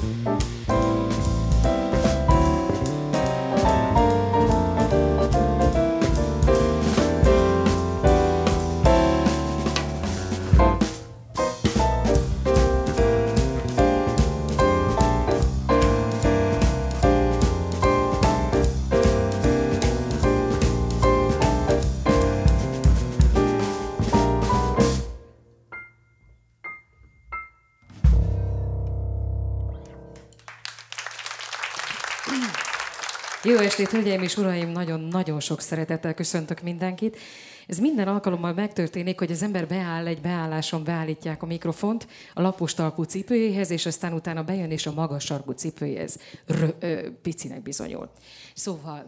Jó estét, hölgyeim és uraim! Nagyon-nagyon sok szeretettel köszöntök mindenkit. Ez minden alkalommal megtörténik, hogy az ember beáll, egy beálláson beállítják a mikrofont a lapos talpú cipőjéhez, és aztán utána bejön és a magas sarkú cipőjéhez picinek bizonyul. Szóval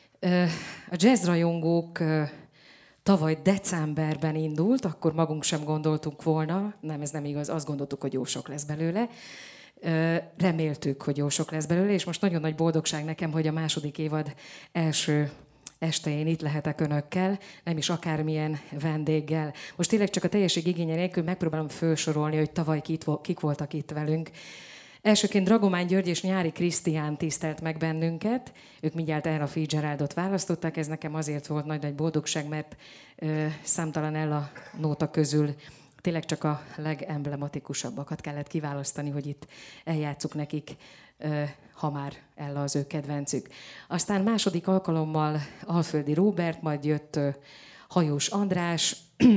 a jazzrajongók tavaly decemberben indult, akkor magunk sem gondoltuk volna, nem, ez nem igaz, azt gondoltuk, hogy jó sok lesz belőle. Reméltük, hogy jó sok lesz belőle, és most nagyon nagy boldogság nekem, hogy a második évad első estején itt lehetek önökkel, nem is akármilyen vendéggel. Most tényleg csak a teljesség igénye nélkül megpróbálom felsorolni, hogy tavaly kik voltak itt velünk. Elsőként Dragomány György és Nyári Krisztián tisztelt meg bennünket. Ők mindjárt Ella Fitzgeraldot választották. Ez nekem azért volt nagy boldogság, mert számtalan Ella nóta közül tényleg csak a legemblematikusabbakat kellett kiválasztani, hogy itt eljátsszuk nekik, ha már Ella az ő kedvencük. Aztán második alkalommal Alföldi Róbert, majd jött Hajós András,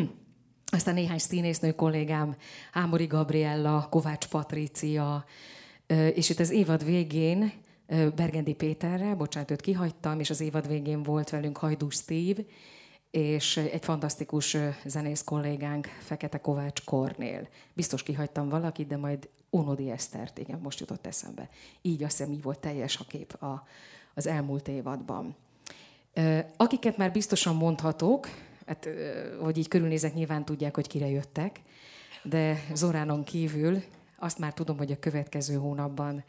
aztán néhány színésznő kollégám, Hámori Gabriella, Kovács Patrícia, és itt az évad végén Bergendi Péterrel, bocsánat, őt kihagytam, és az évad végén volt velünk Hajdú Steve, és egy fantasztikus zenész kollégánk, Fekete Kovács Kornél. Biztos kihagytam valakit, de majd Ónodi Esztert, igen, most jutott eszembe. Így azt hiszem, így volt teljes a kép az elmúlt évadban. Akiket már biztosan mondhatok, hát, hogy így körülnézek, nyilván tudják, hogy kire jöttek, de Zoránon kívül azt már tudom, hogy a következő hónapban,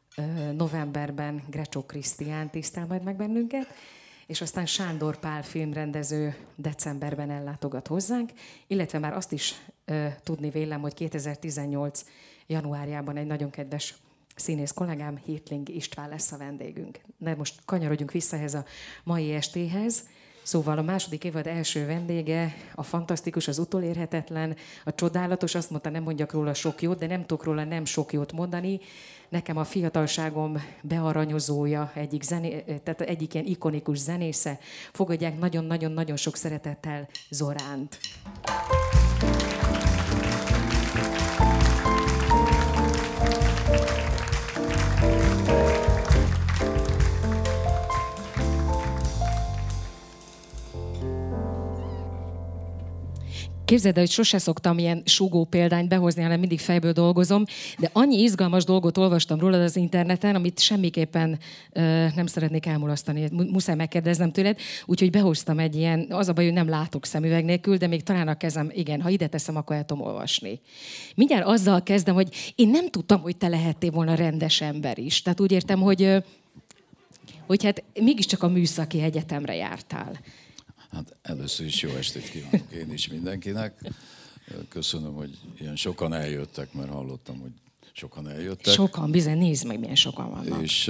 novemberben Grecsó Krisztián tisztel majd meg bennünket, és aztán Sándor Pál filmrendező decemberben ellátogat hozzánk, illetve már azt is tudni vélem, hogy 2018 januárjában egy nagyon kedves színész kollégám, Hirtling István lesz a vendégünk. De most kanyarodjunk vissza ehhez a mai estéhez. Szóval a második évad első vendége, a fantasztikus, az utolérhetetlen, a csodálatos, azt mondta, nem mondjak róla sok jót, de nem tudok róla nem sok jót mondani. Nekem a fiatalságom bearanyozója, tehát egyik ilyen ikonikus zenésze. Fogadják nagyon-nagyon-nagyon sok szeretettel Zoránt. Képzeld el, hogy sose szoktam ilyen sugó példányt behozni, hanem mindig fejből dolgozom, de annyi izgalmas dolgot olvastam rólad az interneten, amit semmiképpen nem szeretnék elmulasztani. Muszáj megkérdeznem tőled, úgyhogy behoztam egy ilyen, az a baj, hogy nem látok szemüveg nélkül, de még talán a kezem, igen, ha ide teszem, akkor el tudom olvasni. Mindjárt azzal kezdem, hogy én nem tudtam, hogy te lehettél volna rendes ember is. Tehát úgy értem, hogy hát mégiscsak a műszaki egyetemre jártál. Hát először is jó estét kívánok én is mindenkinek. Köszönöm, hogy ilyen sokan eljöttek, mert hallottam, hogy sokan eljöttek. Sokan, bizony, nézd meg, milyen sokan vannak. És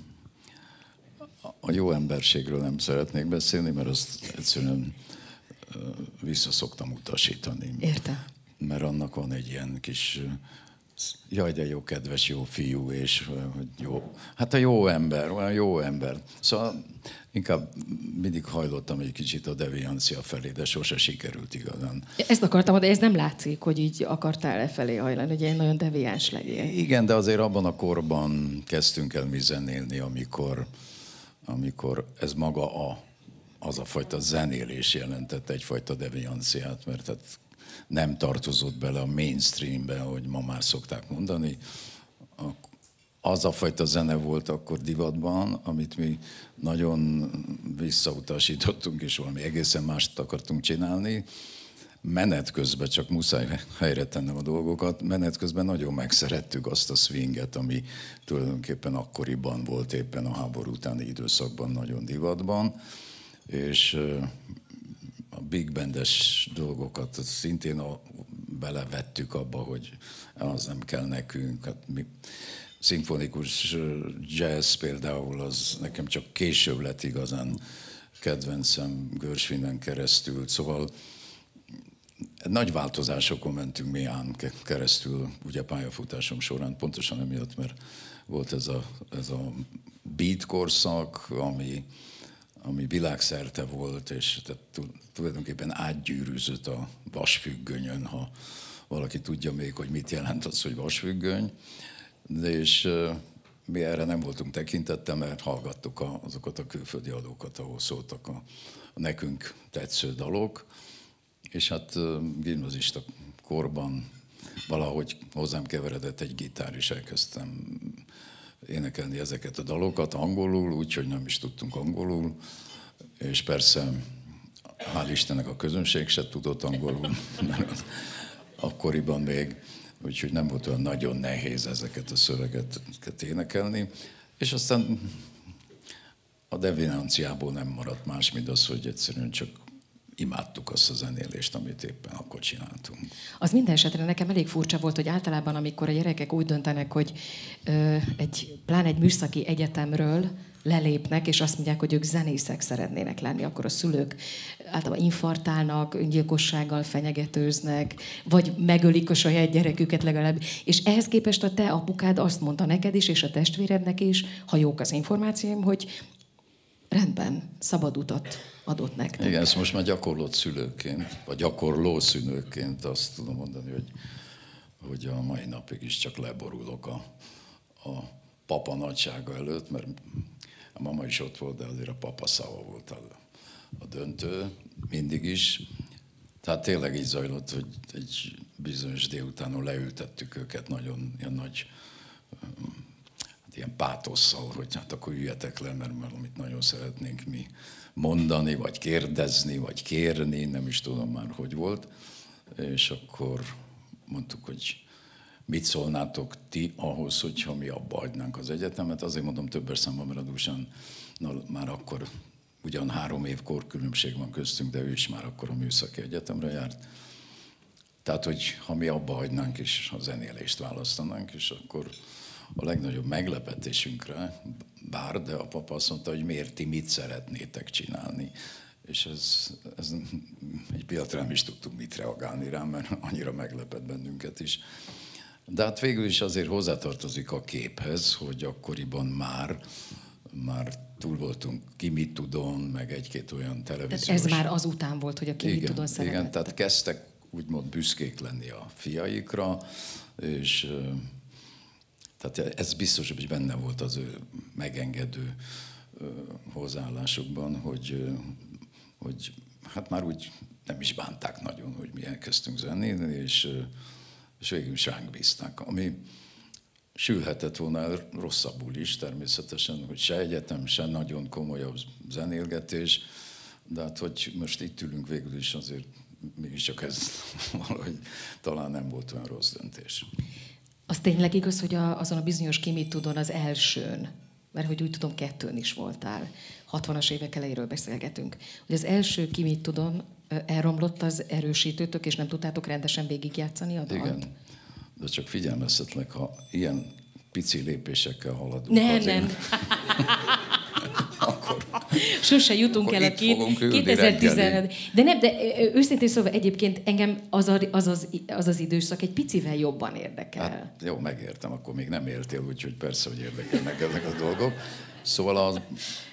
a jó emberségről nem szeretnék beszélni, mert azt egyszerűen vissza szoktam utasítani. Értem. Mert annak van egy ilyen kis... Jaj, de jó, kedves, jó fiú, és hogy jó. Hát a jó ember, olyan jó ember. Szóval inkább mindig hajlottam egy kicsit a deviancia felé, de sose sikerült igazán. Ezt akartam, de ez nem látszik, hogy így akartál lefelé hajlani, hogy ilyen nagyon deviáns legyél. Igen, de azért abban a korban kezdtünk el mi zenélni, amikor ez maga az a fajta zenélés jelentett egyfajta devianciát, mert hát nem tartozott bele a mainstreambe, ahogy ma már szokták mondani. Az a fajta zene volt akkor divatban, amit mi nagyon visszautasítottunk, és valami egészen mást akartunk csinálni. Menet közben, csak muszáj helyre tennem a dolgokat, menet közben nagyon megszerettük azt a swinget, ami tulajdonképpen akkoriban volt éppen a háború utáni időszakban nagyon divatban, és a big bandes dolgokat szintén belevettük abba, hogy az nem kell nekünk. Hát szimfonikus jazz például, az nekem csak később lett igazán kedvencem Gershwinen keresztül. Szóval nagy változásokon mentünk mi ám keresztül, ugye pályafutásom során, pontosan emiatt, mert volt ez a beat korszak, ami világszerte volt, és tehát tulajdonképpen átgyűrűzött a vasfüggönyön, ha valaki tudja még, hogy mit jelent az, hogy vasfüggöny. És mi erre nem voltunk tekintettel, mert hallgattuk azokat a külföldi adókat, ahol szóltak a nekünk tetsző dalok. És hát gimnazista korban valahogy hozzám keveredett egy gitár, és elkezdtem énekelni ezeket a dalokat angolul, úgyhogy nem is tudtunk angolul. És persze, hál' Istennek a közönség se tudott angolul, mert akkoriban még, úgyhogy nem volt olyan nagyon nehéz ezeket a szövegeket énekelni. És aztán a devianciából nem maradt más, mint az, hogy egyszerűen csak imádtuk azt a zenélést, amit éppen akkor csináltunk. Az minden esetre nekem elég furcsa volt, hogy általában, amikor a gyerekek úgy döntenek, hogy pláne egy műszaki egyetemről lelépnek, és azt mondják, hogy ők zenészek szeretnének lenni, akkor a szülők általában infarktálnak, öngyilkossággal fenyegetőznek, vagy megölik a saját gyereküket legalább. És ehhez képest a te apukád azt mondta neked is, és a testvérednek is, ha jók az információim, hogy rendben, szabad utat adott nektek. Igen, ezt most már gyakorlott szülőként, vagy gyakorló szülőként azt tudom mondani, hogy a mai napig is csak leborulok a papa nagysága előtt, mert a mama is ott volt, de azért a papa szava volt a döntő, mindig is. Tehát tényleg így zajlott, hogy egy bizonyos délutánon leültettük őket nagyon ilyen nagy, ilyen pátosszal, hogy hát akkor üljetek le, mert valamit nagyon szeretnénk mi mondani, vagy kérdezni, vagy kérni, nem is tudom már, hogy volt. És akkor mondtuk, hogy mit szólnátok ti ahhoz, hogyha mi abba hagynánk az egyetemet. Azért mondom többes számban, mert a Dusan már akkor ugyan 3 év korkülönbség van köztünk, de ő is már akkor a műszaki egyetemre járt. Tehát, hogy ha mi abba hagynánk és a zenélést választanánk, és akkor a legnagyobb meglepetésünkre, de a papa azt mondta, hogy miért ti mit szeretnétek csinálni. És ez egy pillanatra nem is tudtunk mit reagálni rá, mert annyira meglepett bennünket is. De hát végül is azért hozzátartozik a képhez, hogy akkoriban már túl voltunk Ki mit tudon, meg egy-két olyan televíziós... Tehát ez már azután volt, hogy a Ki mit tudon szeretett. Igen, tehát kezdtek úgymond büszkék lenni a fiaikra, és tehát ez biztos, hogy benne volt az ő megengedő hozzáállásukban, hogy hát már úgy nem is bánták nagyon, hogy mi elkezdtünk zenélni, és végül is ránk bízták, ami sülhetett volna rosszabbul is természetesen, hogy se egyetem, se nagyon komolyabb zenélgetés, de hát hogy most itt ülünk végül is azért mégiscsak ez valahogy talán nem volt olyan rossz döntés. Az tényleg igaz, hogy azon a bizonyos Ki mit tudon az elsőn, mert hogy úgy tudom 2-n is voltál, 60-as évek elejéről beszélgetünk, hogy az első Ki mit tudon elromlott az erősítőtök, és nem tudtátok rendesen végigjátszani a dalt? Igen, de csak figyelmeztetlek, ha ilyen pici lépésekkel haladunk. Nem. Akkor sose jutunk el a 2015. De őszintén szóval egyébként engem az időszak egy picivel jobban érdekel. Hát, jó, megértem, akkor még nem éltél, úgyhogy persze, hogy érdekelnek ezek a dolgok. Szóval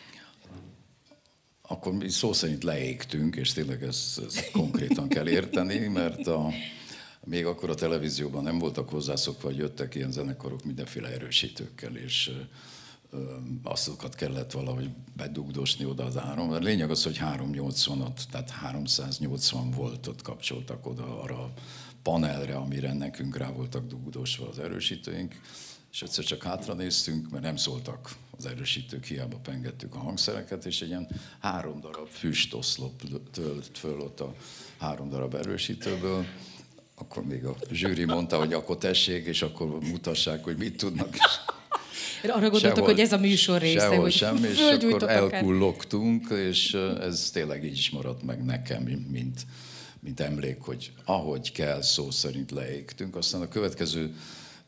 akkor mi szó szerint leégtünk, és tényleg ezt konkrétan kell érteni, mert még akkor a televízióban nem voltak hozzászokva, hogy jöttek ilyen zenekarok mindenféle erősítőkkel, és azokat kellett valahogy bedugdosni oda az áron. A lényeg az, hogy 380-at, tehát 380 voltot kapcsoltak oda arra a panelre, amire nekünk rá voltak dugdosva az erősítőink, és egyszer csak hátranéztünk, mert nem szóltak az erősítők, hiába pengettük a hangszereket, és egy ilyen 3 darab füstoszlop tölt föl ott a 3 darab erősítőből. Akkor még a zsűri mondta, hogy akkor tessék, és akkor mutassák, hogy mit tudnak. Arra gondoltok, hogy ez a műsor része, sehol hogy sem, és akkor elkullogtunk, és ez tényleg így is maradt meg nekem, mint emlék, hogy ahogy kell, szó szerint leégtünk. Aztán a következő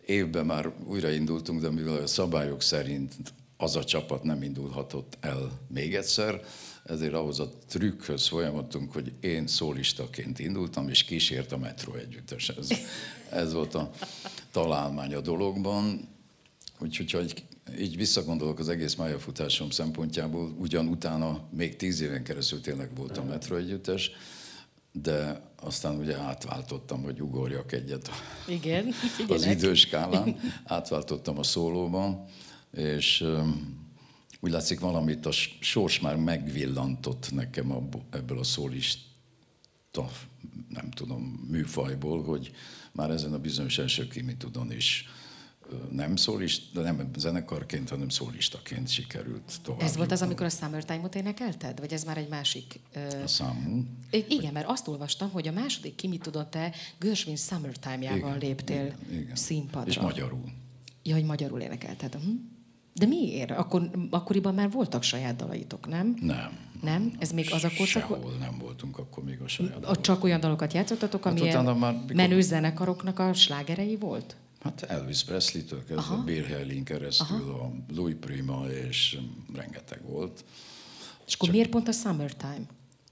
évben már újraindultunk, de mivel a szabályok szerint az a csapat nem indulhatott el még egyszer, ezért ahhoz a trükkhöz folyamodtunk, hogy én szólistaként indultam, és kísért a Metro együttes. Ez volt a találmány a dologban. Úgyhogy ha így visszagondolok az egész pályafutásom szempontjából, ugyan utána még 10 éven keresztül tényleg volt a Metro együttes, de aztán ugye átváltottam, hogy ugorjak egyet Igen, az időskálán, átváltottam a szólóban, és úgy látszik valamit a sors már megvillantott nekem ebből a szólista, nem tudom, műfajból, hogy már ezen a bizonyos első Kimitudon is nem szólista, nem zenekarként, hanem szólistaként sikerült tovább. Ez volt az, amikor a Summertime-ot énekelted? Vagy ez már egy másik... A számú? Igen, mert azt olvastam, hogy a második Kimitudon te Gershwin Summertime-jával léptél igen. színpadra. És magyarul. Ja, hogy magyarul énekelted. De miért? Akkoriban már voltak saját dalaitok, nem? Nem? Ez még az a korszak? Sehol nem voltunk akkor még a saját dalok. Csak olyan dalokat játszottatok, amilyen menő zenekaroknak a slágerei volt? Hát Elvis Presley-től kezdve Bill Haley-n keresztül, a Louis Prima, és rengeteg volt. És akkor miért pont a Summertime?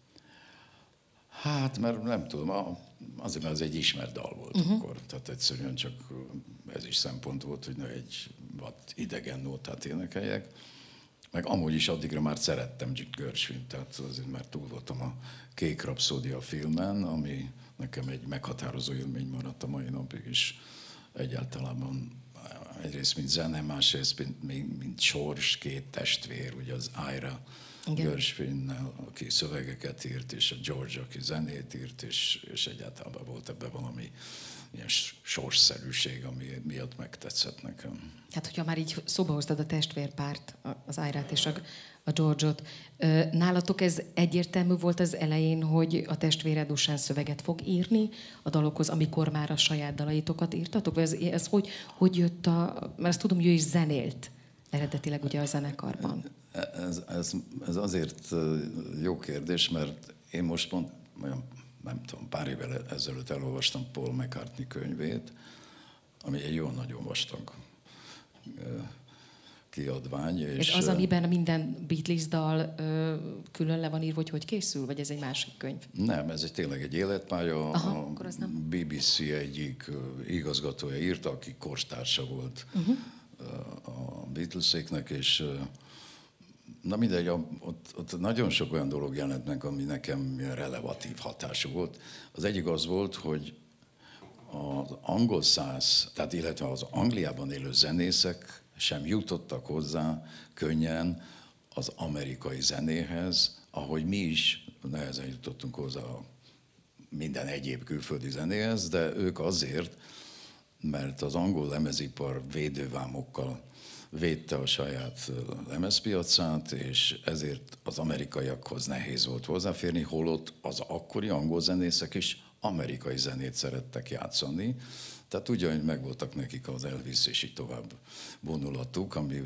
Hát, mert nem tudom, azért, mert ez egy ismert dal volt akkor. Tehát egyszerűen csak ez is szempont volt, hogy ne egy idegen nótát énekeljek. Meg amúgy is addigra már szerettem Gershwin, tehát azért már túl voltam a Kék Rapszódia filmen, ami nekem egy meghatározó élmény maradt a mai napig is. Egyáltalában egyrészt mint zene, másrészt mint sors, két testvér, ugye az Ira Gershwinnel, aki szövegeket írt, és a George, aki zenét írt, és egyáltalán volt ebben valami ilyen sorsszerűség, ami miatt megtetszett nekem. Hát, hogyha már így szóba hoztad a testvérpárt, az Irát és a George-ot, nálatok ez egyértelmű volt az elején, hogy a testvéred Usán szöveget fog írni a dalokhoz, amikor már a saját dalaitokat írtatok? Vagy ez hogy jött mert azt tudom, hogy ő is zenélt eredetileg ugye a zenekarban. Ez azért jó kérdés, mert én most pont olyan, nem tudom, pár évvel ezelőtt elolvastam Paul McCartney könyvét, ami egy jó nagyon vastag kiadvány. És az, amiben minden Beatles dal külön le van írva, hogy készül, vagy ez egy másik könyv? Nem, ez tényleg egy életpálya. A BBC egyik igazgatója írta, aki korstársa volt a Beatleséknek, és na mindegy, ott nagyon sok olyan dolog jelent meg, ami nekem relevatív hatású volt. Az egyik az volt, hogy az angol száz, tehát illetve az Angliában élő zenészek sem jutottak hozzá könnyen az amerikai zenéhez, ahogy mi is nehezen jutottunk hozzá minden egyéb külföldi zenéhez, de ők azért, mert az angol lemezipar védővámokkal védte a saját lemezpiacát, és ezért az amerikaiakhoz nehéz volt hozzáférni, holott az akkori angol zenészek is amerikai zenét szerettek játszani. Tehát ugyanúgy megvoltak nekik az Elvis és így tovább vonulatuk, ami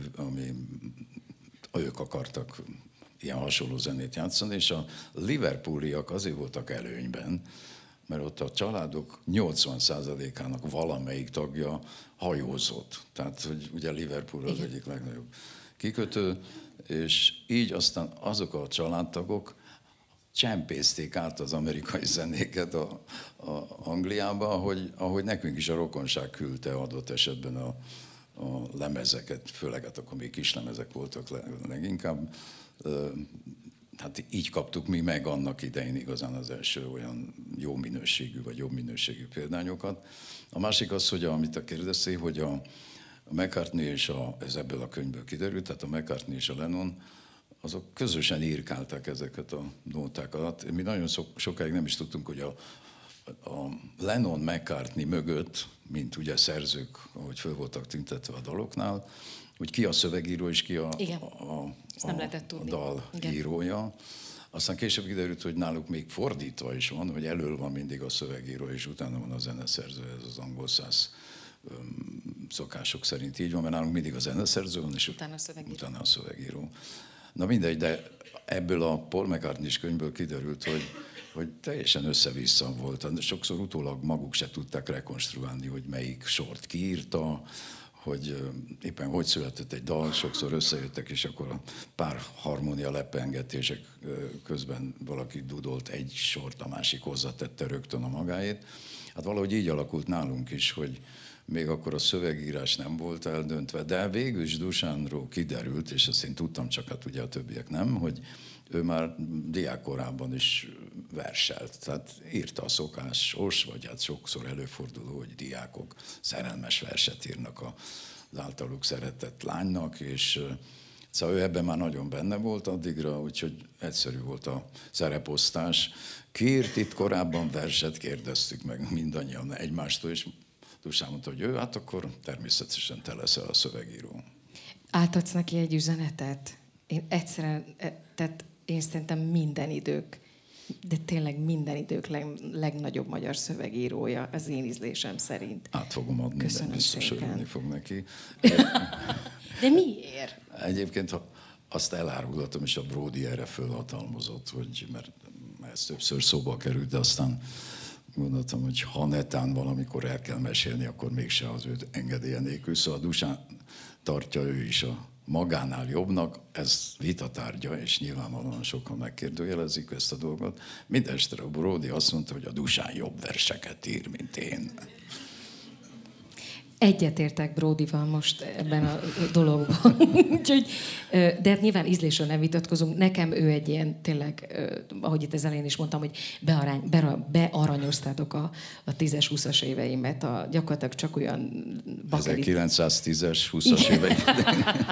ők akartak ilyen hasonló zenét játszani, és a liverpooliak azért voltak előnyben, mert ott a családok 80%-ának valamelyik tagja hajózott. Tehát, hogy ugye Liverpool az egyik legnagyobb kikötő, és így aztán azok a családtagok csempészték át az amerikai zenéket a Angliába, ahogy nekünk is a rokonság küldte adott esetben a lemezeket, főleg hát akkor még kis lemezek voltak leginkább. Hát így kaptuk mi meg annak idején igazán az első olyan jó minőségű, vagy jobb minőségű példányokat. A másik az, hogy amit a kérdeztél, hogy a McCartney és ez ebből a könyvből kiderült, tehát a McCartney és a Lennon, azok közösen írkálták ezeket a nótákat. Mi nagyon sokáig nem is tudtunk, hogy a Lennon-McCartney mögött, mint ugye szerzők, ahogy föl voltak tüntetve a daloknál, hogy ki a szövegíró és ki a dal írója. Aztán később kiderült, hogy náluk még fordítva is van, hogy elől van mindig a szövegíró, és utána van a zeneszerző, ez az angol száz szokások szerint így van, mert nálunk mindig a zeneszerző van, és utána a szövegíró. Na mindegy, de ebből a Paul McCartney-s könyvből kiderült, hogy teljesen össze-vissza volt. Sokszor utólag maguk se tudták rekonstruálni, hogy melyik sort kiírta, hogy éppen hogy született egy dal, sokszor összejöttek, és akkor a pár harmónia lepengetések közben valaki dudolt egy sort, a másik hozzatette rögtön a magáét. Hát valahogy így alakult nálunk is, hogy még akkor a szövegírás nem volt eldöntve, de végül is Dusánról kiderült, és azt én tudtam, csak hát ugye a többiek nem, hogy ő már diákkorában is verselt, tehát írta a szokásos, vagy hát sokszor előforduló, hogy diákok szerelmes verset írnak az általuk szeretett lánynak, és szóval ő ebben már nagyon benne volt addigra, úgyhogy egyszerű volt a szereposztás. Ki írt itt korábban verset, kérdeztük meg mindannyian egymástól, és Dusán mondta, hogy ő, hát akkor természetesen te leszel a szövegíró. Átadsz neki egy üzenetet? Én egyszerűen, tehát én szerintem minden idők, de tényleg minden idők legnagyobb magyar szövegírója az én ízlésem szerint. Át fogom adni, köszönöm de biztos szépen. örülni fog neki. De miért? Egyébként azt elárulhatom, és a Bródi erre fölhatalmazott, hogy, mert ez többször szóba került, de aztán gondoltam, hogy ha netán valamikor el kell mesélni, akkor mégse az ő engedélye nélkül. Szóval Dusán tartja ő is a magánál jobbnak, ez vitatárgya, és nyilvánvalóan sokan megkérdőjelezik ezt a dolgot. Mindestre a Bródi azt mondta, hogy a Dusán jobb verseket ír, mint én. Egyetértek Bródival most ebben a dologban. Úgyhogy, de hát nyilván ízlésről nem vitatkozunk. Nekem ő egy ilyen, tényleg, ahogy itt az elején is mondtam, hogy bearanyoztátok a 10-es, 20-as éveimet. Gyakorlatilag csak olyan bakelit. 1910-es, 20-as éveimet.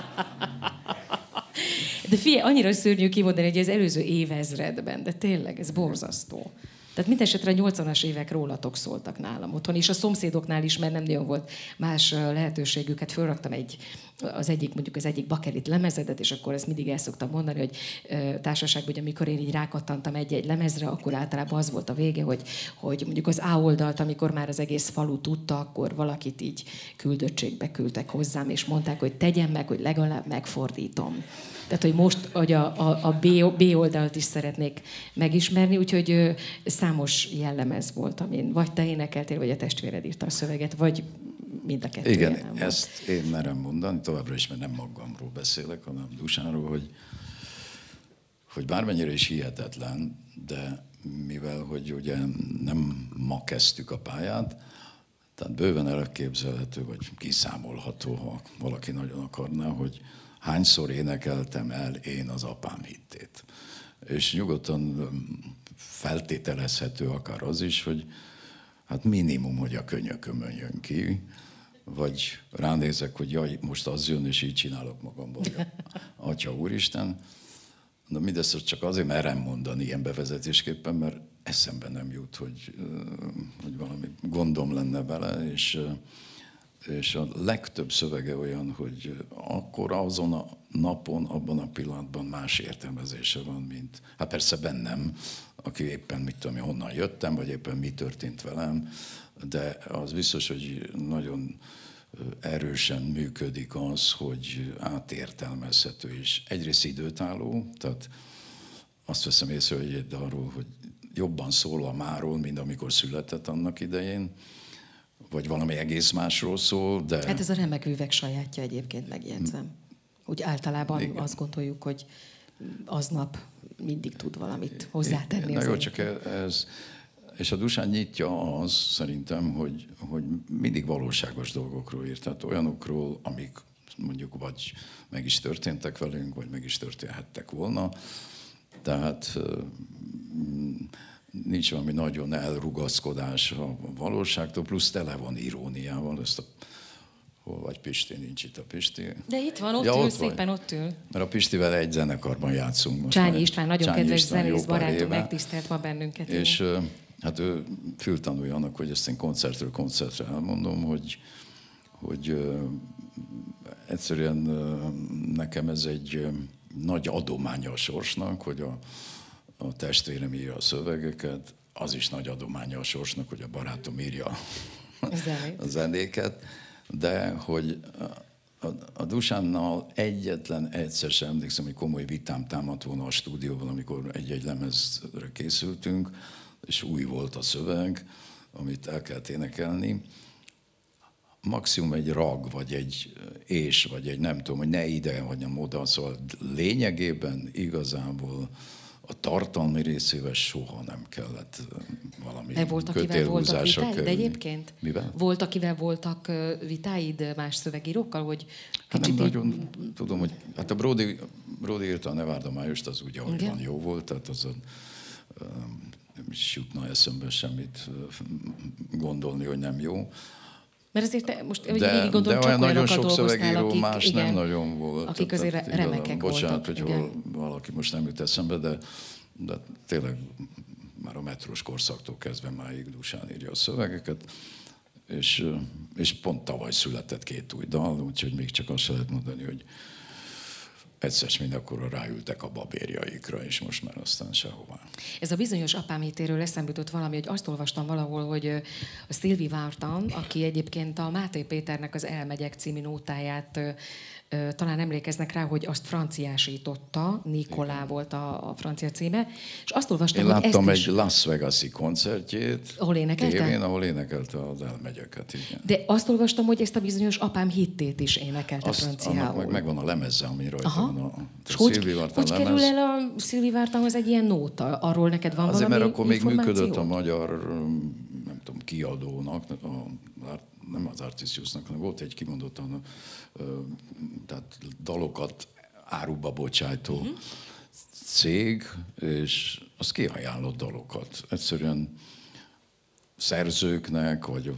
De figyelj, annyira szörnyű kimondani, hogy az előző évezredben, de tényleg ez borzasztó. Tehát mindesetre a 80-as évek rólatok szóltak nálam otthon, és a szomszédoknál is, mert nem nagyon volt más lehetőségüket. Fölraktam az egyik bakelit lemezedet, és akkor ezt mindig el szoktam mondani, hogy társaságban, hogy amikor én így rákattantam egy-egy lemezre, akkor általában az volt a vége, hogy mondjuk az A oldalt, amikor már az egész falu tudta, akkor valakit így küldöttségbe küldtek hozzám, és mondták, hogy tegyem meg, hogy legalább megfordítom. Tehát, hogy most hogy a B oldalt is szeretnék megismerni, úgyhogy számos jellemez volt, amin vagy te énekeltél, vagy a testvéred írta a szöveget, vagy mind a kettő. Igen, ezt én merem mondani, továbbra is, mert nem magamról beszélek, hanem Dusánról, hogy bármennyire is hihetetlen, de mivel, hogy ugye nem ma kezdtük a pályát, tehát bőven elképzelhető, vagy kiszámolható, ha valaki nagyon akarná, hogy hányszor énekeltem el én az apám hittét. És nyugodtan feltételezhető akár az is, hogy hát minimum, hogy a könyökömön jön ki, vagy ránézek, hogy jaj, most az jön, és így csinálok magamból. Atya Úristen. De mindezt csak azért merem mondani ilyen bevezetésképpen, mert eszembe nem jut, hogy valami gondom lenne vele, és a legtöbb szövege olyan, hogy akkor azon a napon, abban a pillanatban más értelmezése van, mint... Hát persze bennem, aki éppen mit tudom, honnan jöttem, vagy éppen mi történt velem, de az biztos, hogy nagyon erősen működik az, hogy átértelmezhető is. Egyrészt időtálló, tehát azt veszem észre, hogy egy arról, hogy jobban szól a máról, mint amikor született annak idején, vagy valami egész másról szól, de... Hát ez a remek üveg sajátja egyébként, megjegyzem. Úgy általában igen. Azt gondoljuk, hogy aznap mindig tud valamit hozzátenni. Na jó, csak ez... És a Dusán nyitja az, szerintem, hogy mindig valóságos dolgokról ír. Tehát olyanokról, amik mondjuk vagy meg is történtek velünk, vagy meg is történhettek volna. Tehát nincs valami nagyon elrugaszkodás a valóságtól, plusz tele van iróniával. Hol vagy Pisti? Nincs itt a Pisti. De itt van, ott ül, szépen ott ül. Mert a Pistivel egy zenekarban játszunk most. Csányi István, nagyon Csányi kedves István zenész barátunk, megtisztelt ma bennünket. És hát ő fültanulja annak, hogy ezt én koncertről koncertre elmondom, hogy egyszerűen nekem ez egy nagy adománya a sorsnak, hogy a testvérem írja a szövegeket, az is nagy adománya a sorsnak, hogy a barátom írja a zenéket, de hogy a Dusánnal egyetlen egyszer sem emlékszem, hogy komoly vitám támadt volna a stúdióban, amikor egy-egy lemezre készültünk, és új volt a szöveg, amit el kellett énekelni. Maximum egy rag, vagy egy és, vagy egy nem tudom, hogy ne ide, vagy nem oda. Szóval lényegében igazából a tartalmi részével soha nem kellett valami kötélhúzásra kerülni. De egyébként? Mivel? Volt, akivel voltak vitáid más szövegírókkal, hogy hát nem nagyon tudom, hogy hát a Brody írta a Nevada Májust, az úgy, ahogy van, jó volt, tehát azon nem is jutna eszembe semmit gondolni, hogy nem jó. Mert azért most végig gondolom, csak olyan nagyon sok szövegíró, akik, más igen, nem nagyon volt. Akik azért tehát, remekek bocsánat, voltak. hogy hol valaki most nem jut eszembe, de tényleg már a metrós korszaktól kezdve máig Dusán írja a szövegeket, és pont tavaly született 2 új dal, úgyhogy még csak azt se lehet mondani, hogy egyszer mindenkorra ráültek a babérjaikra, és most már aztán sehová. Ez a bizonyos apám hitéről eszembe jutott valami, hogy azt olvastam valahol, hogy a Sylvie Vartan, aki egyébként a Máté Péternek az Elmegyek című nótáját talán emlékeznek rá, hogy azt franciásította, Nikolá volt a francia címe, és azt olvastam, én hogy láttam ezt egy Las Vegas-i koncertjét, ahol énekelte? Tévén, ahol énekelte az Elmegyeket, igen. De azt olvastam, hogy ezt a bizonyos apám hittét is énekelte franciául. Annak megvan a lemeze, ami rajta van a Sylvie Vartan lemez. Hogy kerül el a Sylvie Vartanhoz egy ilyen nóta? Arról neked van azért, valami mert akkor még információ? működött a magyar, nem tudom, kiadónak, nem az Artisiusnak, hanem volt egy kimondottan tehát dalokat áruba bocsájtó cég, és az kiajánlott dalokat. Egyszerűen szerzőknek, vagy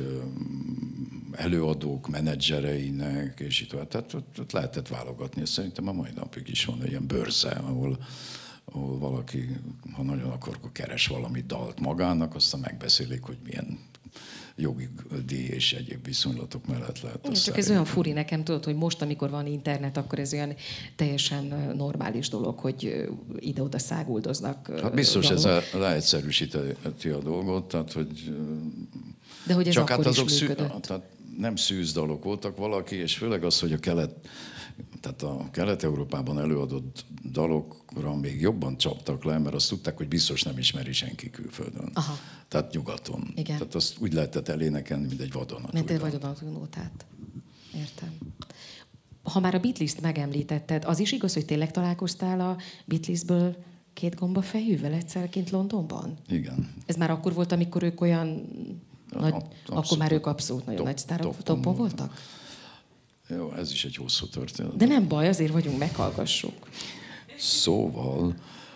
előadók, menedzsereinek, és itt tehát ott lehetett válogatni. És szerintem a mai napig is van egy ilyen bőrze, ahol valaki, ha nagyon akar, akkor keres valami dalt magának, aztán megbeszélik, hogy milyen jogi díj és egyéb viszonylatok mellett lehet. Igen, csak ez olyan furi nekem, tudod, hogy most, amikor van internet, akkor ez olyan teljesen normális dolog, hogy ide-oda száguldoznak. Hát biztos ez leegyszerűsíti a dolgot, tehát hogy... De hogy ez csak akkor hát is azok működött. tehát nem szűz dalok voltak valaki, és főleg az, hogy tehát a Kelet-Európában előadott dalokra még jobban csaptak le, mert azt tudták, hogy biztos nem ismeri senki külföldön. Aha. Tehát nyugaton. Igen. Tehát azt úgy lehetett elénekelni, mint egy vadonatúj. Mint egy vadonatúj nótát. Értem. Ha már a Beatles-t megemlítetted, az is igaz, hogy tényleg találkoztál a Beatlesből 2 gombafejűvel egyszer kint Londonban? Igen. Ez már akkor volt, amikor ők olyan nagy, akkor már ők abszolút nagyon nagy sztárok, toppon voltak? Jó, ez is egy hosszú történet. De nem baj, azért vagyunk, meghallgassuk. Szóval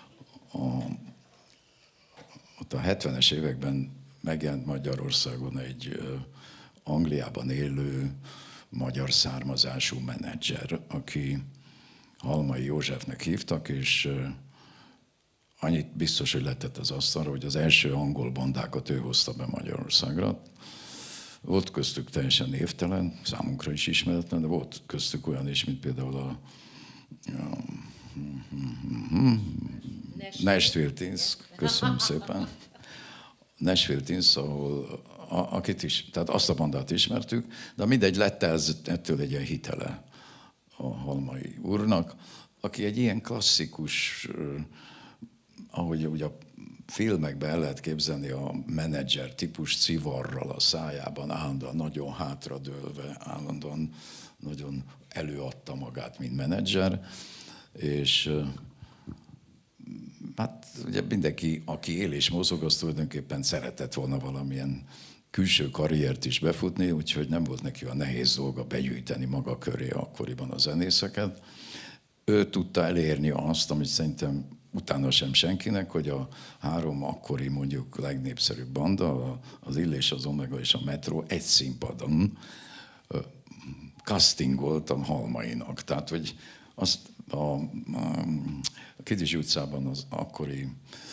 ott a 70-es években megjelent Magyarországon egy Angliában élő magyar származású menedzser, aki Halmai Józsefnek hívtak, és annyit biztos, hogy letett az asztalra, hogy az első angol bandákat ő hozta be Magyarországra. Volt köztük teljesen névtelen, számunkra is ismeretlen, de volt köztük olyan is, mint például a Nashville Teens, köszönöm szépen. Nashville Teens, ahol akit is, tehát azt a bandát ismertük, de mindegy, lett ettől egy ilyen hitele a Halmai úrnak, aki egy ilyen klasszikus, ahogy ugye a filmekben el lehet képzelni a menedzser típus civarral a szájában, állandóan nagyon hátradőlve, állandóan nagyon előadta magát, mint menedzser, és hát ugye mindenki, aki él és mozog, az tulajdonképpen szeretett volna valamilyen külső karriert is befutni, úgyhogy nem volt neki a nehéz dolga begyűjteni maga köré akkoriban a zenészeket. Ő tudta elérni azt, amit szerintem utána sem senkinek, hogy a 3 akkori mondjuk legnépszerűbb banda, az Illés, az Omega és a Metro egy színpadon castingolt a Halmainak. Tehát, hogy azt a Kidizsi utcában az akkori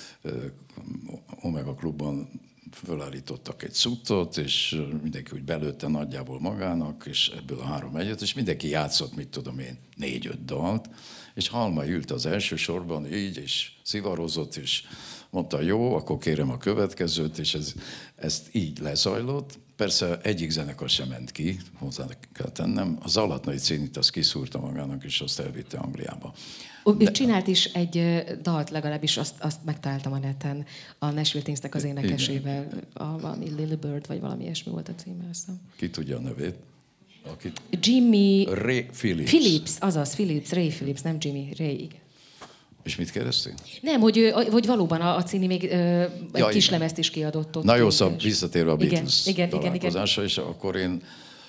Omega klubban fölállítottak egy szuttot, és mindenki úgy belőtte nagyjából magának, és ebből a 3 egyet, és mindenki játszott, mit tudom én, 4-5 dalt, és Halmai ült az első sorban, így, és szivarozott, és mondta, jó, akkor kérem a következőt, és ezt így lezajlott. persze egyik zenekar sem ment ki, hozzá kell tennem. Az Alatnai Cénit azt kiszúrta magának, és azt elvitte Angliába. Ő csinált is egy dalt, legalábbis azt megtaláltam a neten, a Nashville Teens-nek az énekesével, valami Lily Bird, vagy valami ilyesmi volt a címe, azt hiszem. Ki tudja a nevét? Jimmy... Ray Phillips. Phillips, azaz, Ray Phillips, nem Jimmy, Ray, igen. És mit kérdeztél? Nem, hogy valóban a Cini még egy kis lemezt is kiadott ott. Na jó, szóval visszatérve a Beatles igen. és akkor én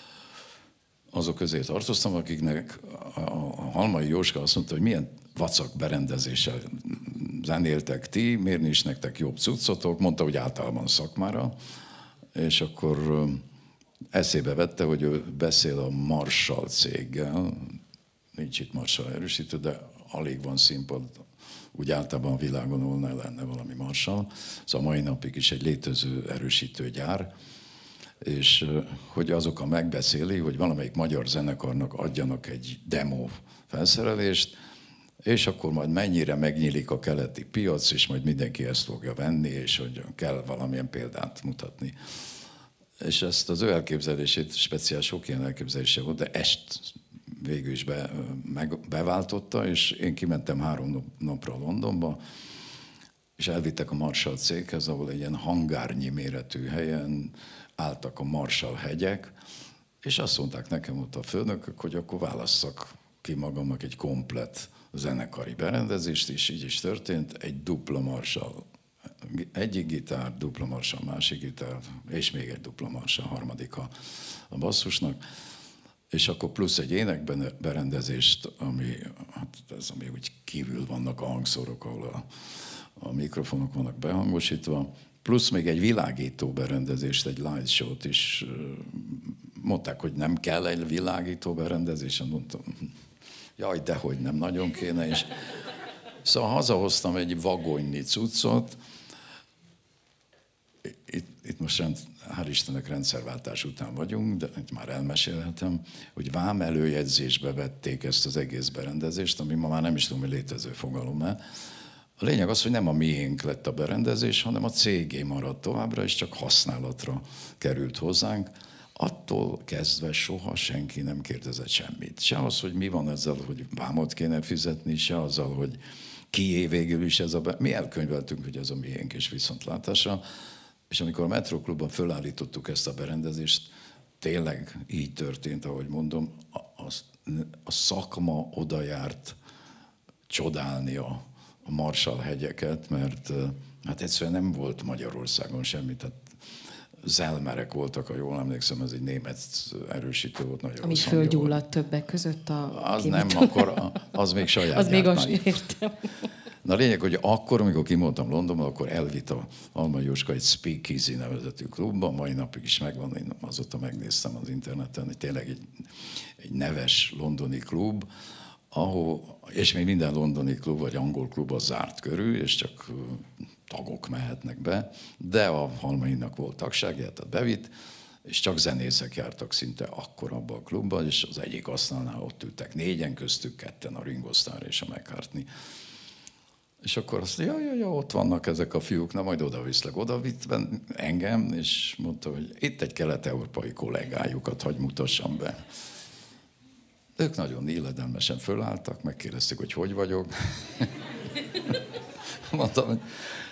azok közé tartoztam, akiknek a Halmai Jóska azt mondta, hogy milyen vacak berendezéssel zenéltek ti, miért nincs nektek jobb cuccotok, mondta, hogy általában szakmára, és akkor eszébe vette, hogy ő beszél a Marshall céggel, nincs itt Marshall erősítő, de alig van színpad, úgy általában a világon, ahol ne lenne valami Marshall. Szóval mai napig is egy létező erősítőgyár, és hogy azokkal megbeszéli, hogy valamelyik magyar zenekarnak adjanak egy demo felszerelést, és akkor majd mennyire megnyílik a keleti piac, és majd mindenki ezt fogja venni, és hogy kell valamilyen példát mutatni. És ezt az ő elképzelését, speciál sok ilyen elképzelése volt, de ezt végül is beváltotta, és én kimentem 3 napra Londonba, és elvittek a Marshall céghez, ahol egy ilyen hangárnyi méretű helyen álltak a Marshall hegyek, és azt mondták nekem ott a főnökök, hogy akkor válasszak ki magamnak egy komplett zenekari berendezést, és így is történt, egy dupla Marshall, egyik gitár, dupla Marshall, másik gitár, és még egy dupla Marshall, harmadik a basszusnak, és akkor plusz egy énekberendezést, ami úgy kívül vannak a hangszórok, ahol a mikrofonok vannak behangosítva, plusz még egy világító berendezést, egy light show-t is. Mondták, hogy nem kell egy világító berendezés, mondtam, jaj, dehogy nem, nagyon kéne, és szóval hazahoztam egy vagonnyi cuccot. Itt most hál' Istennek rendszerváltás után vagyunk, de itt már elmesélhetem, hogy vám előjegyzésbe vették ezt az egész berendezést, ami ma már nem is tudom, hogy létező fogalom. A lényeg az, hogy nem a miénk lett a berendezés, hanem a cégé maradt továbbra, és csak használatra került hozzánk. Attól kezdve soha senki nem kérdezett semmit. Se az, hogy mi van ezzel, hogy vámot kéne fizetni, se azzal, hogy kié végül is ez a... Mi elkönyveltünk, hogy ez a miénk és viszontlátásra. És amikor a Metro Klubban fölállítottuk ezt a berendezést, tényleg így történt, ahogy mondom, a szakma odajárt csodálni a Marshall-hegyeket, mert hát egyszerűen nem volt Magyarországon semmi, tehát Zelmerek voltak, ha jól emlékszem, ez egy német erősítő volt. Nagyon ami földgyulladt többek között az nem, akkor az még saját az még az értem. Na lényeg, hogy akkor, amikor kimondtam Londonban, akkor elvitt a Halmai Jóska egy Speakeasy nevezetű klubba, mai napig is megvan, én azóta megnéztem az interneten, tényleg egy neves londoni klub, és még minden londoni klub vagy angol klub az zárt körül, és csak tagok mehetnek be, de a Halmainak volt tagságja, tehát bevitt, és csak zenészek jártak szinte akkor abban a klubban, és az egyik asztalnál ott ültek 4-en, köztük 2 a Ringo Starr és a McCartney. És akkor azt mondja, ja, ott vannak ezek a fiúk, na majd odaviszlek. Odavitt engem, és mondta, hogy itt egy kelet-európai kollégájukat hagy mutassam be. Ők nagyon illedelmesen fölálltak, megkérdezték, hogy vagyok. Mondtam, hogy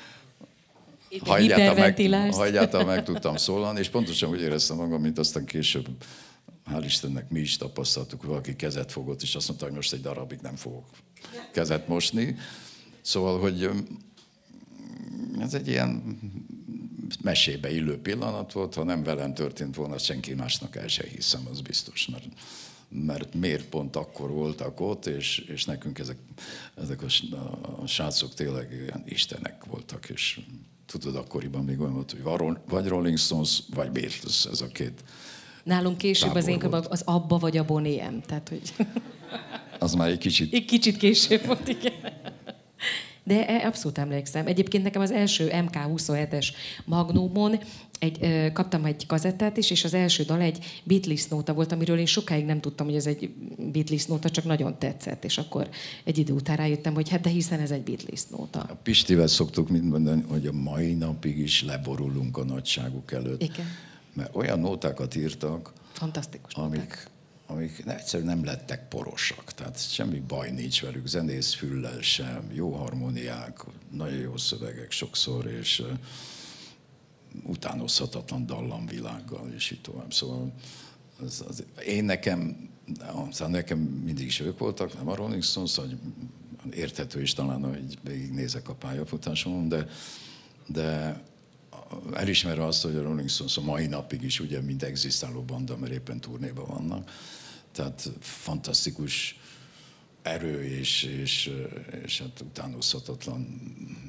hagyjától meg tudtam szólalni, és pontosan úgy éreztem magam, mint aztán később, hál' Istennek mi is tapasztaltuk, hogy valaki kezet fogott, és azt mondta, hogy most egy darabig nem fogok kezet mosni. Szóval, hogy ez egy ilyen mesébe illő pillanat volt, ha nem velem történt volna, senki másnak el se hiszem, az biztos, mert miért pont akkor voltak ott, és nekünk ezek a srácok tényleg ilyen istenek voltak, és tudod, akkoriban még olyan volt, hogy vagy Rolling Stones, vagy Beatles, ez a két. Nálunk később az én az Abba vagy a Bonnie M, tehát hogy... Az már egy kicsit... Egy kicsit később volt, igen. De abszolút emlékszem. Egyébként nekem az első MK27-es Magnumon kaptam egy kazettát is, és az első dal egy Beatles nóta volt, amiről én sokáig nem tudtam, hogy ez egy Beatles nóta, csak nagyon tetszett, és akkor egy idő után rájöttem, hogy hát de hiszen ez egy Beatles nóta. A Pistivel szoktuk mind mondani, hogy a mai napig is leborulunk a nagyságuk előtt. Igen. mert olyan nótákat írtak, fantasztikus amik egyszerűen nem lettek porosak. Tehát semmi baj nincs velük, zenész füllel sem, jó harmóniák, nagyon jó szövegek sokszor, és utánozhatatlan dallamvilággal, és így tovább. Szóval nekem mindig is ők voltak, nem a Rolling Stones, hogy érthető is talán, hogy végignézek a pályafutásomon, de elismerve azt, hogy a Rolling Stones a mai napig is ugye mind egzisztáló banda, mert éppen turnéban vannak. Tehát fantasztikus erő és hát utánozhatatlan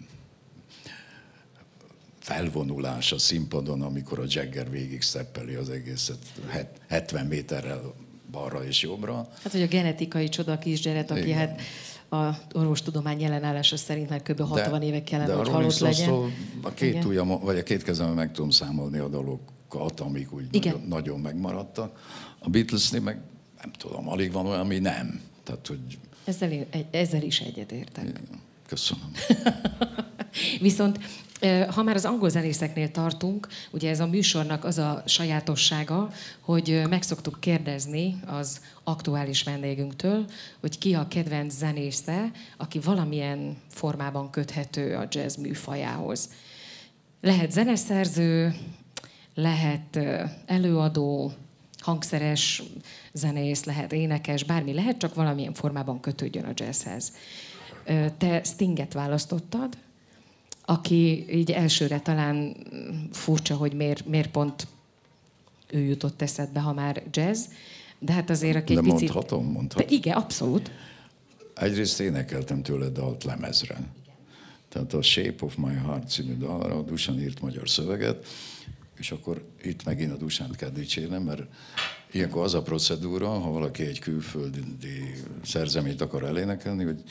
felvonulás a színpadon, amikor a Jagger végig steppeli az egészet 70 méterrel balra és jobbra. Hát, hogy a genetikai csoda kisgyerek, aki hát az orvostudomány jelenállása szerint már kb. 60 éve kellene, hogy halott legyen. A két ujjam, vagy a két kezemben meg tudom számolni a dalokat, amik úgy nagyon megmaradtak. A Beatlesnél meg nem tudom, alig van olyan, ami nem. Tehát, hogy... Ezzel is egyetértek. Köszönöm. Viszont ha már az angol zenészeknél tartunk, ugye ez a műsornak az a sajátossága, hogy meg szoktuk kérdezni az aktuális vendégünktől, hogy ki a kedvenc zenésze, aki valamilyen formában köthető a jazz műfajához. Lehet zeneszerző, lehet előadó, hangszeres zenész, lehet énekes, bármi lehet, csak valamilyen formában kötődjön a jazzhez. Te Stinget választottad, aki így elsőre talán furcsa, hogy miért pont ő jutott eszedbe, ha már jazz, de hát azért aki egy picit... Mondhatom. Igen, abszolút. Egyrészt énekeltem tőle dalt lemezre. Igen. Tehát a Shape of My Heart című dalra a Dusan írt magyar szöveget, és akkor itt megint a Dusánt kell dicsérnem, mert ilyenkor az a procedúra, ha valaki egy külföldi szerzeményt akar elénekelni, hogy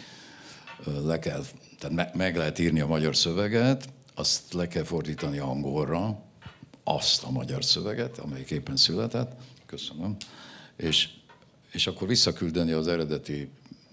tehát meg lehet írni a magyar szöveget, azt le kell fordítani angolra, azt a magyar szöveget, amelyik éppen született, köszönöm, és akkor visszaküldeni az eredeti,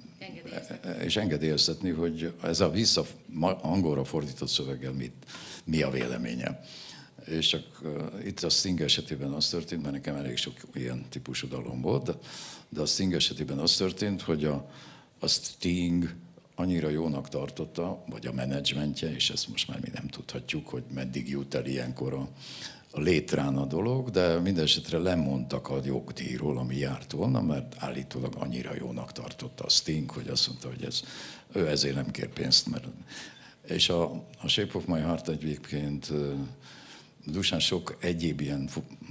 és engedélyeztetni, hogy ez a angolra fordított szöveggel mi a véleménye. És csak itt a Sting esetében az történt, mert nekem elég sok ilyen típusú dalom volt, de a Sting esetében az történt, hogy a Sting annyira jónak tartotta, vagy a menedzsmentje, és ezt most már mi nem tudhatjuk, hogy meddig jut el ilyenkor a létrán a dolog, de mindesetre lemondtak a jogdíjról, ami járt volna, mert állítólag annyira jónak tartotta a Sting, hogy azt mondta, hogy ő ezért nem kér pénzt. És a Shape of My Heart egyébként Dusan sok egyéb ilyen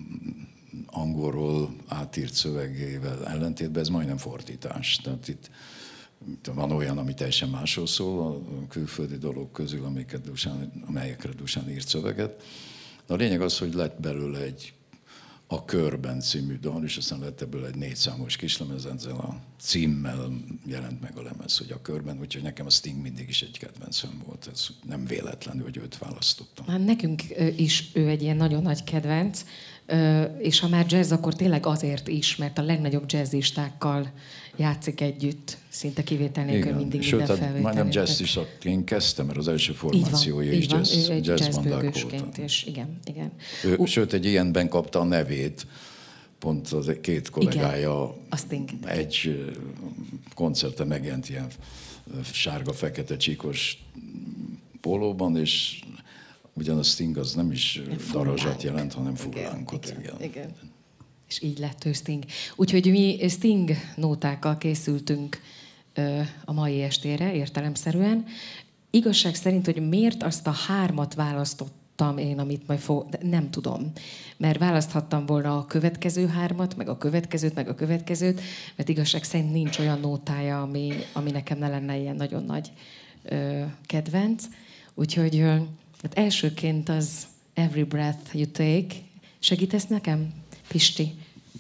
angolról átírt szövegével ellentétben ez majdnem fordítás. Tehát itt van olyan, ami teljesen másról szól a külföldi dolgok közül, amelyekre Dusan írt szöveget. De a lényeg az, hogy lett belőle a Körben című dal, és aztán lett ebből egy 4 számos kislemez, ezzel a címmel jelent meg a lemez, hogy a Körben, úgyhogy nekem a Sting mindig is egy kedvencem volt. Ez nem véletlenül, hogy őt választottam. Hát nekünk is ő egy ilyen nagyon nagy kedvenc, és ha már jazz, akkor tényleg azért is, mert a legnagyobb jazzistákkal játszik együtt, szinte kivétel nélkül mindig minden felvételén. Sőt, majdnem jazz is, én kezdtem, mert az első formációja is jazzbandák voltak. És igen. Sőt, egy ilyenben kapta a nevét, pont az két kollégája egy koncerten megjelent ilyen sárga-fekete csíkos pólóban, és ugyan a Sting az nem is darazsat jelent, hanem fullánkot. Igen. És így lett ő Sting. Úgyhogy mi Sting nótákkal készültünk a mai estére, értelemszerűen. Igazság szerint, hogy miért azt a 3-at választottam én, amit majd nem tudom. Mert választhattam volna a következő 3-at, meg a következőt, meg a következőt, mert igazság szerint nincs olyan nótája, ami nekem ne lenne ilyen nagyon nagy kedvenc. Úgyhogy hát elsőként az Every Breath You Take. Segítesz nekem, Pisti?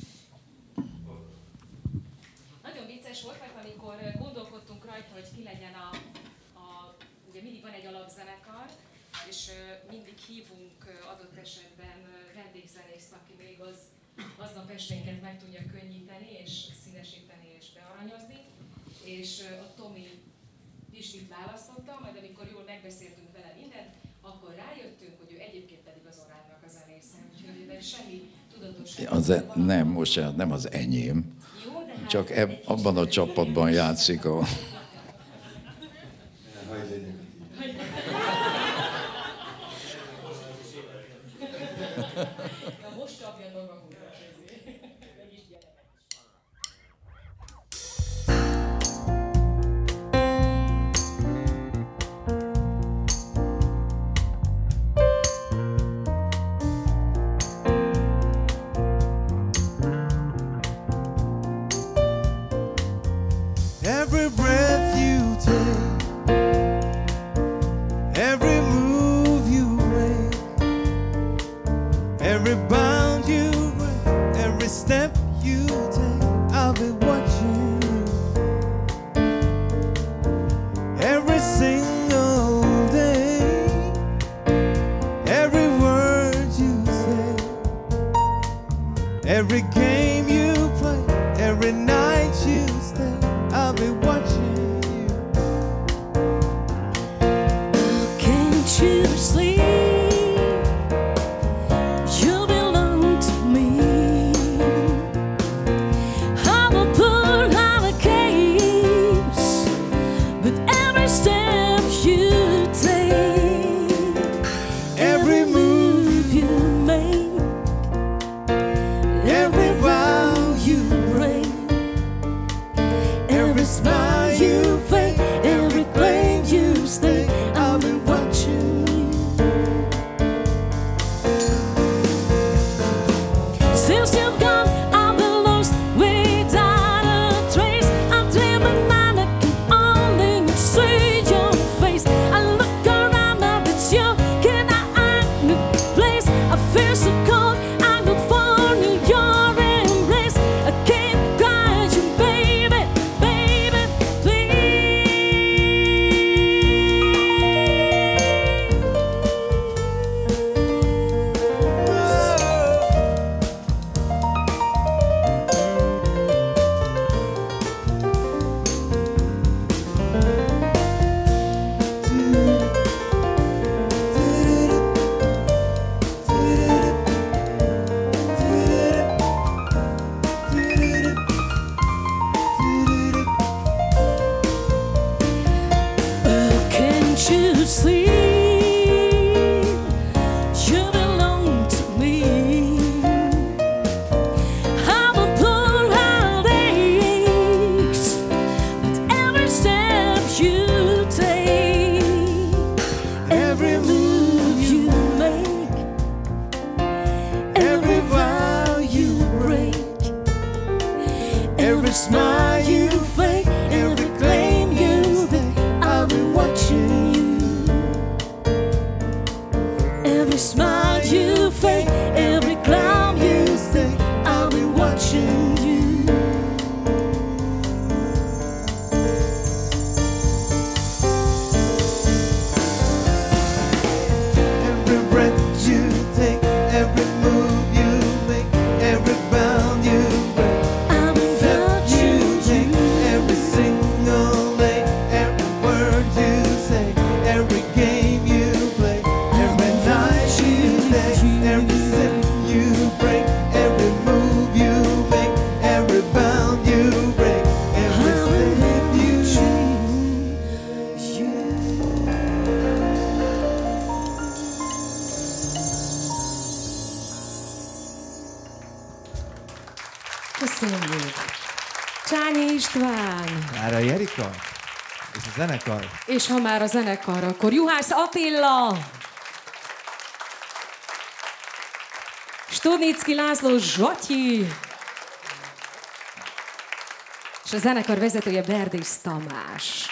Nagyon vicces volt, mert amikor gondolkodtunk rajta, hogy ki legyen ugye mindig van egy alapzenekar, és mindig hívunk adott esetben vendégzenészt, aki még aznap esténket meg tudja könnyíteni, és színesíteni, és bearanyozni. És a Tomi Pistit választotta, majd amikor jól megbeszéltünk vele mindent, akkor rájöttünk, hogy ő egyébként pedig az Oránnak a zenésze, úgyhogy semmi tudatosság. Nem, most nem az enyém. Jó, csak abban a csapatban játszik a... Most kapja magunkra. Every breath you take, every move you make, every bound you break, every step you take, I'll be watching you. Every single day, every word you say, every game you play, every night you stay, I'll be watching you. Can't you sleep? You belong to me. I'm a bird on a cage with every step you take, every move you make, every vow you break, every smile you fake, every claim you stake, I'll be watching you. Since you've gone, I've been lost without a trace. I'm dreaming and I can only see your face. I look around now, it's you. Can I find a place? I feel so cold, I look for your embrace. I can't guide you, baby, baby, please. Can't you sleep? You belong to me. I'm a poor heart aches with every step you take, every move you make, every vow you break, every smile you fake, every claim you make, I'll be watching you. Every smile you fake, every clown you say, I'll be watching you. Every breath you take, every move you make, every bound you break, I'll be step you watching take, every single day, every word you say, every game you play, every night you stay, every step you break, every move you make, every bound you break, every step you Köszönjük! Csányi István! Árai Erika és a zenekar. És ha már a zenekar, akkor Juhász Attila! Studnicki László Zsotyi! És a zenekar vezetője Berdész Tamás.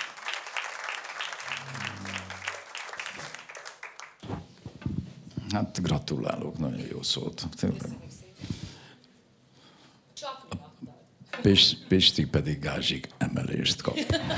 Hát gratulálok, nagyon jó szólt. Tényleg. Pisti pedig gázsig emelést kap.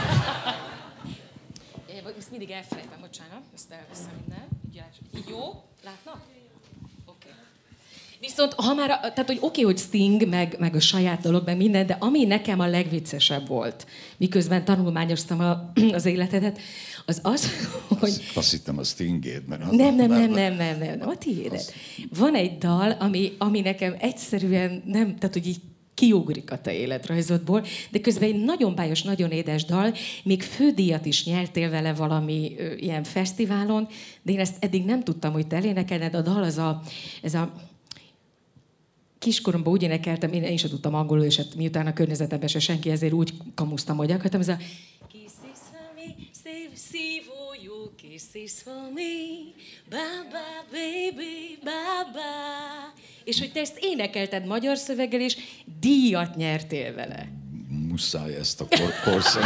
Ezt mindig elfelejtem, bocsánat, ezt elveszem innen. Így jó? Látnak? Oké. Viszont ha már, tehát hogy oké, hogy Sting, meg a saját dolog, meg minden, de ami nekem a legviccesebb volt, miközben tanulmányoztam az életedet, az, hogy... Azt hittem a Stingét, mert... Nem, a tiédet. Van egy dal, ami nekem egyszerűen nem, tehát hogy így kiugrik a te életrajzodból, de közben egy nagyon bájos, nagyon édes dal, még fődíjat is nyertél vele valami ilyen fesztiválon, de én ezt eddig nem tudtam, hogy te elénekelned. A dal ez a kiskoromban úgy énekeltem, én sem tudtam angolul, és hát miután a környezetemben se senki, ezért úgy kamusztam, hogy akartam, ez a Kisses for me, see for you, kisses for me, bye-bye, baby, bye-bye. És hogy te ezt énekelted magyar szöveggel, és díjat nyertél vele. Muszáj ezt a korszak.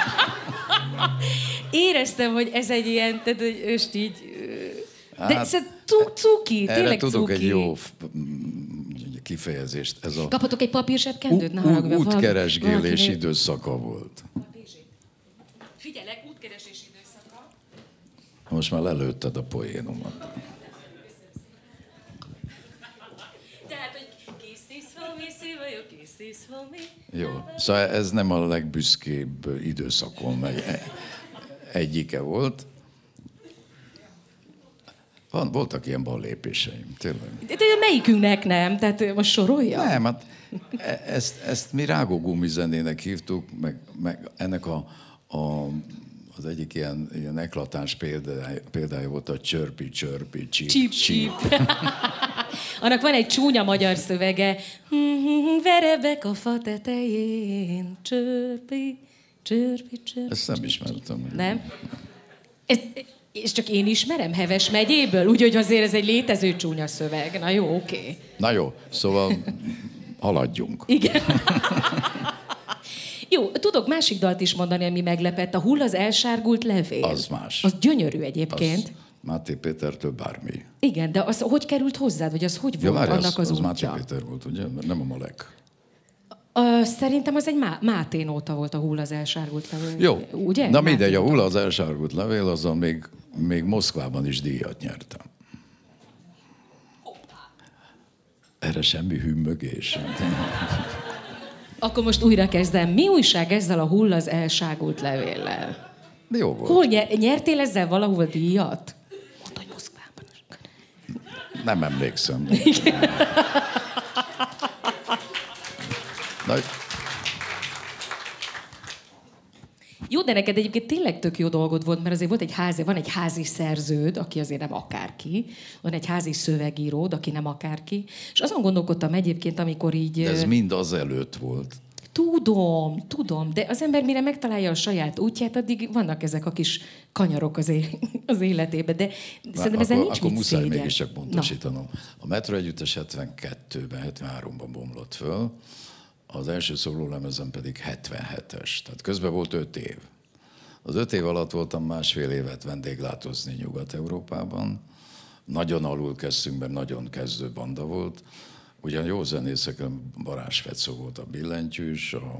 Éreztem, hogy ez egy ilyen, tehát hogy most így... De Hát, ez cuki, erre tényleg tudok cuki. egy jó kifejezést. Ez a Kaphatok egy papírsebkendőt? Ne haragudj, útkeresgélés időszaka volt. Figyelek, útkeresés időszaka. Most már lelőtted a poénomat. Tehát, hogy kisses for me, szívajuk, kisses for me. Jó, szóval ez nem a legbüszkébb időszakom, meg egyike volt. Voltak ilyen ballépéseim, tényleg. De melyikünknek nem? Tehát most sorolja? Nem, hát ezt mi rágógumi zenének hívtuk, meg ennek az egyik ilyen eklatáns példája volt a csörpi, csíp, csíp. Annak van egy csúnya magyar szövege. Verebek a fa tetején, csörpi, csörpi, csörpi. Ezt nem ismertem. Nem? És csak én ismerem Heves megyéből, úgyhogy azért ez egy létező csúnya szöveg. Na jó, oké. Na jó, szóval haladjunk. Igen. Jó, tudok másik dalt is mondani, ami meglepett. A Hull az elsárgult levél. Az más. Az gyönyörű egyébként. Az Máté Pétertől bármi. Igen, de az hogy került hozzád, vagy az hogy volt annak az útja? Máté Péter volt, ugye? Nem a Malek. Szerintem az egy Máté nóta volt, a Hull az elsárgult levél. Jó, Ugye? na mindegy, a Hull az elsárgult levél, azzal még Moszkvában is díjat nyertem. Erre semmi hümmögés. Akkor most újra kezdem. Mi újság ezzel a Hull az elsárgult levéllel? Jó volt. Hol nyertél ezzel valahol díjat? Mondd, hogy Moszkvában. Nem emlékszem. Na, Jó, de neked egyébként tényleg tök jó dolgod volt, mert azért volt van egy házi szerződ, aki azért nem akárki, van egy házi szövegíród, aki nem akárki, és azon gondolkodtam egyébként, amikor így... de ez mind azelőtt volt. Tudom, de az ember mire megtalálja a saját útját, addig vannak ezek a kis kanyarok az életében, de szerintem ezzel nincs Akkor mit muszáj szégyen. mégis csak pontosítanom. A Metro Együttes 72-ben, 73-ban bomlott föl, az első szólólemezem pedig 77-es, tehát közben volt 5 év. Az 5 év alatt voltam másfél évet vendéglátozni Nyugat-Európában. Nagyon alul kezdtünk, mert nagyon kezdő banda volt. Ugyan jó zenészek, Barázs Fecó volt a billentyűs, a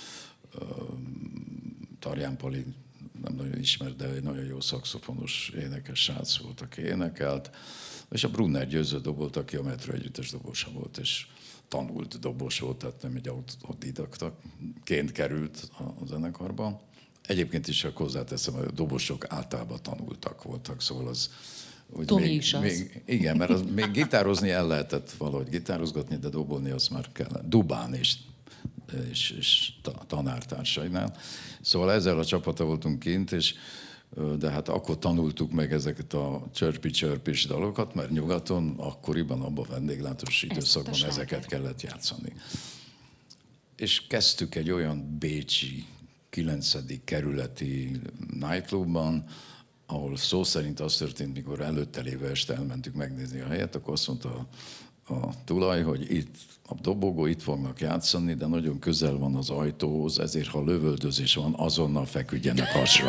Tarján Pali nem nagyon ismert, de egy nagyon jó szaxofonos énekes srác volt, aki énekelt, és a Brunner Győző dobolt, aki a Metro Együttes dobosa volt, és tanult dobos volt, tehát nem egy autodidaktaként került a zenekarba. Egyébként is csak hozzáteszem, hogy a dobosok általában tanultak voltak, szóval az... Tomi is az. Igen, mert az, még gitározni el lehetett valahogy gitározgatni, de dobolni azt már kellett. Dubán és tanártársainál. Szóval ezzel a csapata voltunk kint, de hát akkor tanultuk meg ezeket a csörpi-csörpis dalokat, mert nyugaton, akkoriban, abban a vendéglátós időszakban ezeket kellett játszani. És kezdtük egy olyan bécsi 9. kerületi nightclubban, ahol szó szerint az történt, mikor előtte lévő este elmentük megnézni a helyet, akkor azt mondta a tulaj, hogy itt a dobogó, itt fognak játszani, de nagyon közel van az ajtóhoz, ezért ha lövöldözés van, azonnal feküdjenek hasra.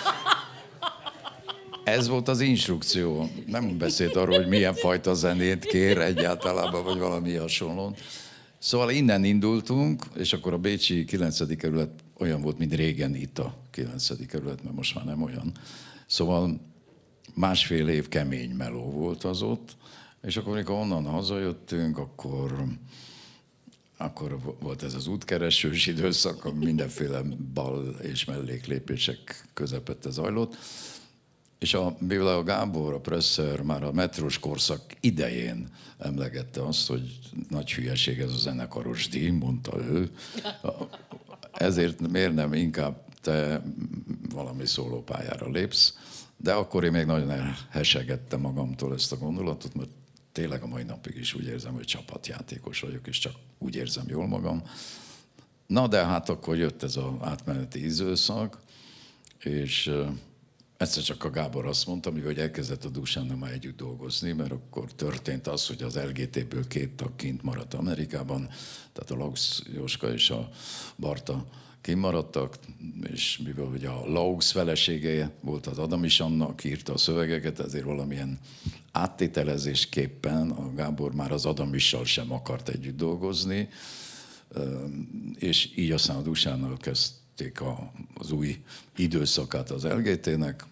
Ez volt az instrukció. Nem beszélt arról, hogy milyen fajta zenét kér egyáltalában, vagy valami hasonlót. Szóval innen indultunk, és akkor a bécsi 9. kerület olyan volt, mint régen itt a 9. kerület, mert most már nem olyan. Szóval másfél év kemény meló volt az ott, És akkor, amikor onnan hazajöttünk, akkor volt ez az útkeresős időszak, ami mindenféle bal és melléklépések közepette zajlott. És mivel a Gábor, a Presser már a metrós korszak idején emlegette azt, hogy nagy hülyeség ez a zenekaros díj, mondta ő. Ezért miért nem inkább te valami szólópályára lépsz? De akkor én még nagyon elhesegettem magamtól ezt a gondolatot, mert tényleg a mai napig is úgy érzem, hogy csapatjátékos vagyok, és csak úgy érzem jól magam. Na de hát akkor jött ez az átmeneti időszak, és egyszer csak a Gábor azt mondta, hogy elkezdett a Dusánnal már együtt dolgozni, mert akkor történt az, hogy az LGT-ből 2 tag kint maradt Amerikában, tehát a Laux Jóska és a Barta kimaradtak, és mivel ugye a Laux felesége volt az Adamiss Anna, aki írta a szövegeket, ezért valamilyen áttételezésképpen a Gábor már az Adamissal sem akart együtt dolgozni, és így aztán a Dusánnal kezdték az új időszakát az LGT-nek,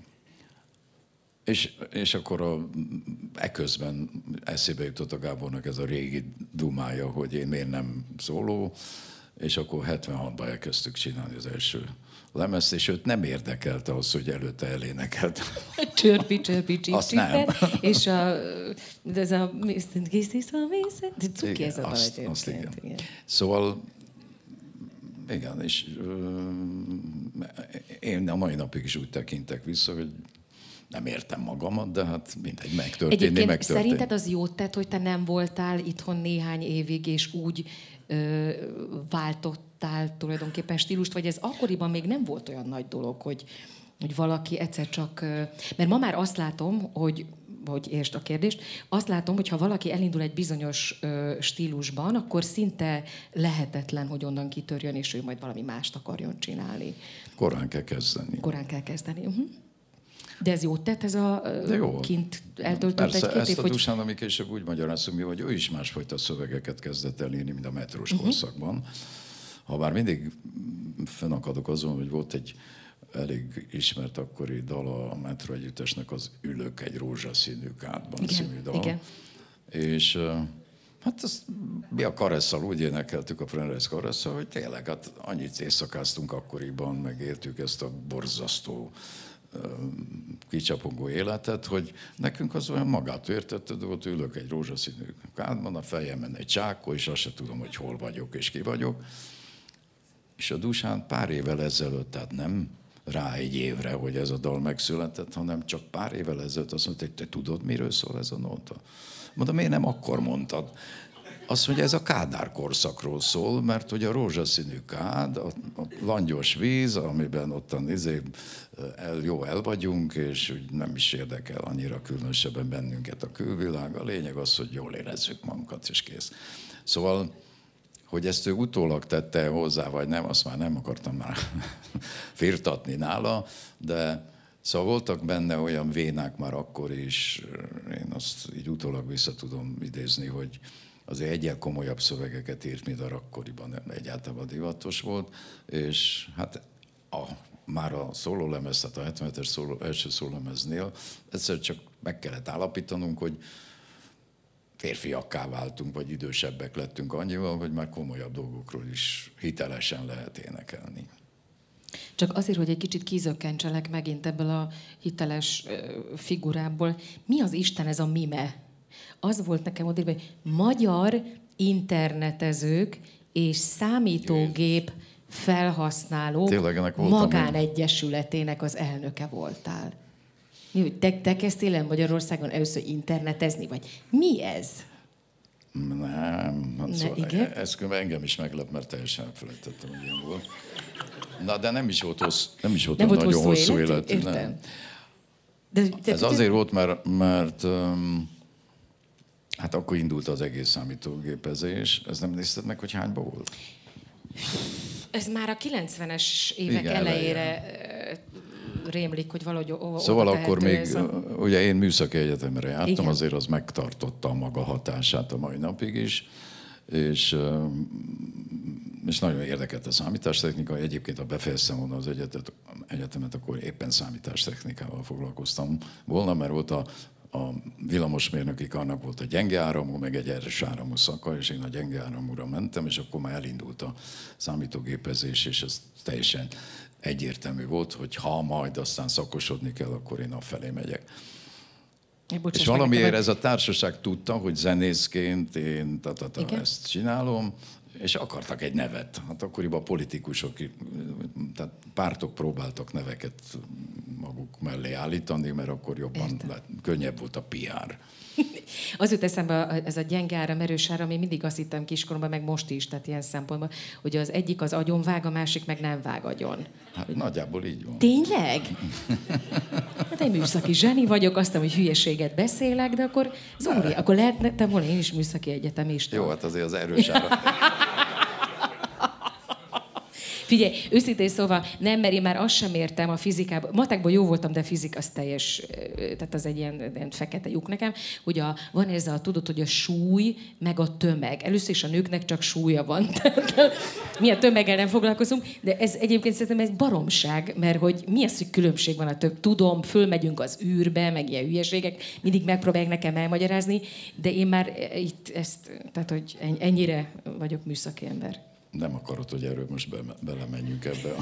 és akkor eközben eszébe jutott a Gábornak ez a régi dumája, hogy én miért nem szóló, és akkor 76-ban elkezdtük csinálni az első lemezt, és őt nem érdekelte az, hogy előtte elénekelt. Csörpi, csörpi, csip, Azt nem. És ez a cuki ez a azt igen. Szóval igen, és én a mai napig is úgy tekintek vissza, hogy nem értem magamat, de hát mindegy, megtörtént. Szerinted az jót tett, hogy te nem voltál itthon néhány évig, és úgy váltottál tulajdonképpen stílust, vagy ez akkoriban még nem volt olyan nagy dolog, hogy valaki egyszer csak... Mert ma már azt látom, hogy értsd a kérdést, azt látom, hogy ha valaki elindul egy bizonyos stílusban, akkor szinte lehetetlen, hogy onnan kitörjön, és ő majd valami mást akarjon csinálni. Korán kell kezdeni. Uh-huh. De ez jót tett, ez a kint eltöltött persze, egy-két év? Ezt a Dusan, ami később úgy magyarázunk mi, hogy ő is másfajta szövegeket kezdett el írni, mint a metrós korszakban. Ha bár mindig fennakadok azon, hogy volt egy elég ismert akkori dal a Metro együttesnek, az Ülök egy rózsaszínű kádban című dal. Igen. És hát ezt mi a Karesszal úgy énekeltük, a Frenreis Karesszal, hogy tényleg hát annyit éjszakáztunk akkoriban, meg éltük ezt a borzasztó kicsapongó életet, hogy nekünk az olyan magától értetődő volt, ülök egy rózsaszínű kádban, a fejemben egy csákó, és azt se tudom, hogy hol vagyok és ki vagyok. És a Dusán pár évvel ezelőtt, tehát nem rá egy évre, hogy ez a dal megszületett, hanem csak pár évvel ezelőtt azt mondta, hogy te tudod, miről szól ez a nóta? Mondom, miért nem akkor mondtad? Azt mondja, ez a Kádár korszakról szól, mert hogy a rózsaszínű kád, a langyos víz, amiben ottan jó el vagyunk, és úgy nem is érdekel annyira különösebben bennünket a külvilág. A lényeg az, hogy jól érezzük magunkat, és kész. Szóval, hogy ezt ő utólag tette hozzá, vagy nem, azt már nem akartam már firtatni nála, de szóval voltak benne olyan vénák már akkor is, én azt így utólag vissza tudom idézni, hogy azért egyen komolyabb szövegeket írt, mint akkoriban egyáltalán divatos volt, és hát már a szólólemez, tehát a 77-es első szólólemeznél egyszer csak meg kellett állapítanunk, hogy férfiakká váltunk, vagy idősebbek lettünk annyival, hogy már komolyabb dolgokról is hitelesen lehet énekelni. Csak azért, hogy egy kicsit kizökkentselek megint ebből a hiteles figurából, mi az Isten ez a mime? Az volt nekem ott, hogy magyar internetezők és számítógép felhasználók magánegyesületének az elnöke voltál. Te kezdtél el Magyarországon először internetezni, vagy mi ez? Nem, hát szóval ez engem is meglep, mert teljesen elfelejtettem, hogy ilyen volt. Na, de nem is volt nagyon hosszú életű. Értem. Ez azért volt, mert hát akkor indult az egész számítógépezés. Ezt nem nézted meg, hogy hányba volt? Ez már a 90-es évek elejére rémlik, hogy valahogy szóval akkor még, ugye én műszaki egyetemre jártam, igen. Azért az megtartotta a maga hatását a mai napig is, és nagyon érdekelt a számítástechnika. Egyébként, ha befejeztem volna az egyetemet, akkor éppen számítástechnikával foglalkoztam volna, mert volt a villamosmérnöki karnak volt a gyenge áramú, meg egy erős áramú szaka, és én a gyenge áramúra mentem, és akkor már elindult a számítógépezés, és ez teljesen egyértelmű volt, hogy ha majd aztán szakosodni kell, akkor én afelé megyek. És valamiért ez a társaság tudta, hogy zenészként én ezt csinálom, és akartak egy nevet. Hát akkoriban a politikusok, tehát pártok próbáltak neveket maguk mellé állítani, mert akkor jobban, könnyebb volt a PR. Az jut eszembe, ez a gyenge áram, erős áram, én mindig azt hittem kiskoromban, meg most is, tehát ilyen szempontból, hogy az egyik az agyon vág, a másik meg nem vág agyon. Hát nagyjából így van. Tényleg? Hát én műszaki zseni vagyok, azt mondom, hogy hülyeséget beszélek, de akkor Zóri, akkor lehetne volna én is műszaki egyetemista. Jó, hát azért az erős áram. Figyelj, őszintén szóval nem, mert én már azt sem értem a fizikában. Matekban jó voltam, de fizika az teljes, tehát az egy ilyen fekete lyuk nekem, hogy van ez tudod, hogy a súly meg a tömeg. Először is a nőknek csak súlya van. Mi a tömeggel nem foglalkozunk, de ez egyébként szerintem egy baromság, mert hogy mi az, hogy különbség van a több. Tudom, fölmegyünk az űrbe, meg ilyen hülyeségek, mindig megpróbálják nekem elmagyarázni, de én már itt ezt, tehát hogy ennyire vagyok műszaki ember. Nem akarod, hogy erről most belemenjünk ebbe.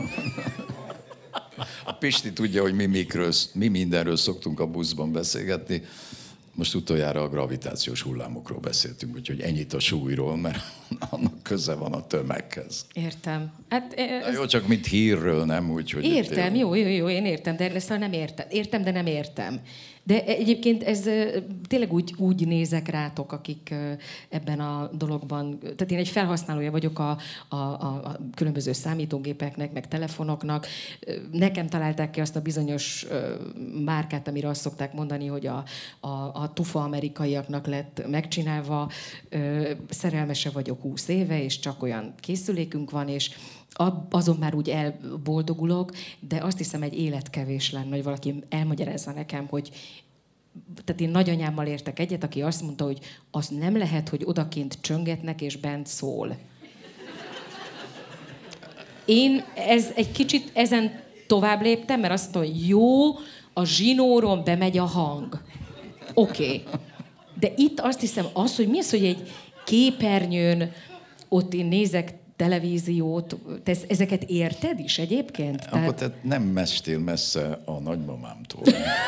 A Pisti tudja, hogy mi mindenről szoktunk a buszban beszélgetni. Most utoljára a gravitációs hullámokról beszéltünk, úgyhogy ennyit a súlyról, mert annak köze van a tömeghez. Értem. Hát, jó, csak mint hírről, nem úgy, hogy... Értem, jó, én értem, de ezt nem értem. Értem, de nem értem. De egyébként ez tényleg úgy nézek rátok, akik ebben a dologban... Tehát én egy felhasználója vagyok a különböző számítógépeknek, meg telefonoknak. Nekem találták ki azt a bizonyos márkát, amire azt szokták mondani, hogy a tufa amerikaiaknak lett megcsinálva. Szerelmese vagyok 20 éve, és csak olyan készülékünk van, és azon már úgy elboldogulok, de azt hiszem, egy életkevés lenne, hogy valaki elmagyarázza nekem, hogy tehát én nagyanyámmal értek egyet, aki azt mondta, hogy az nem lehet, hogy odakint csöngetnek és bent szól. Én egy kicsit ezen tovább léptem, mert azt mondtam, hogy jó, a zsinóron bemegy a hang. Oké. De itt azt hiszem, hogy mi az, hogy egy képernyőn ott én nézek televíziót, te ezeket érted is egyébként? Akkor te nem mestél messze a nagymamámtól.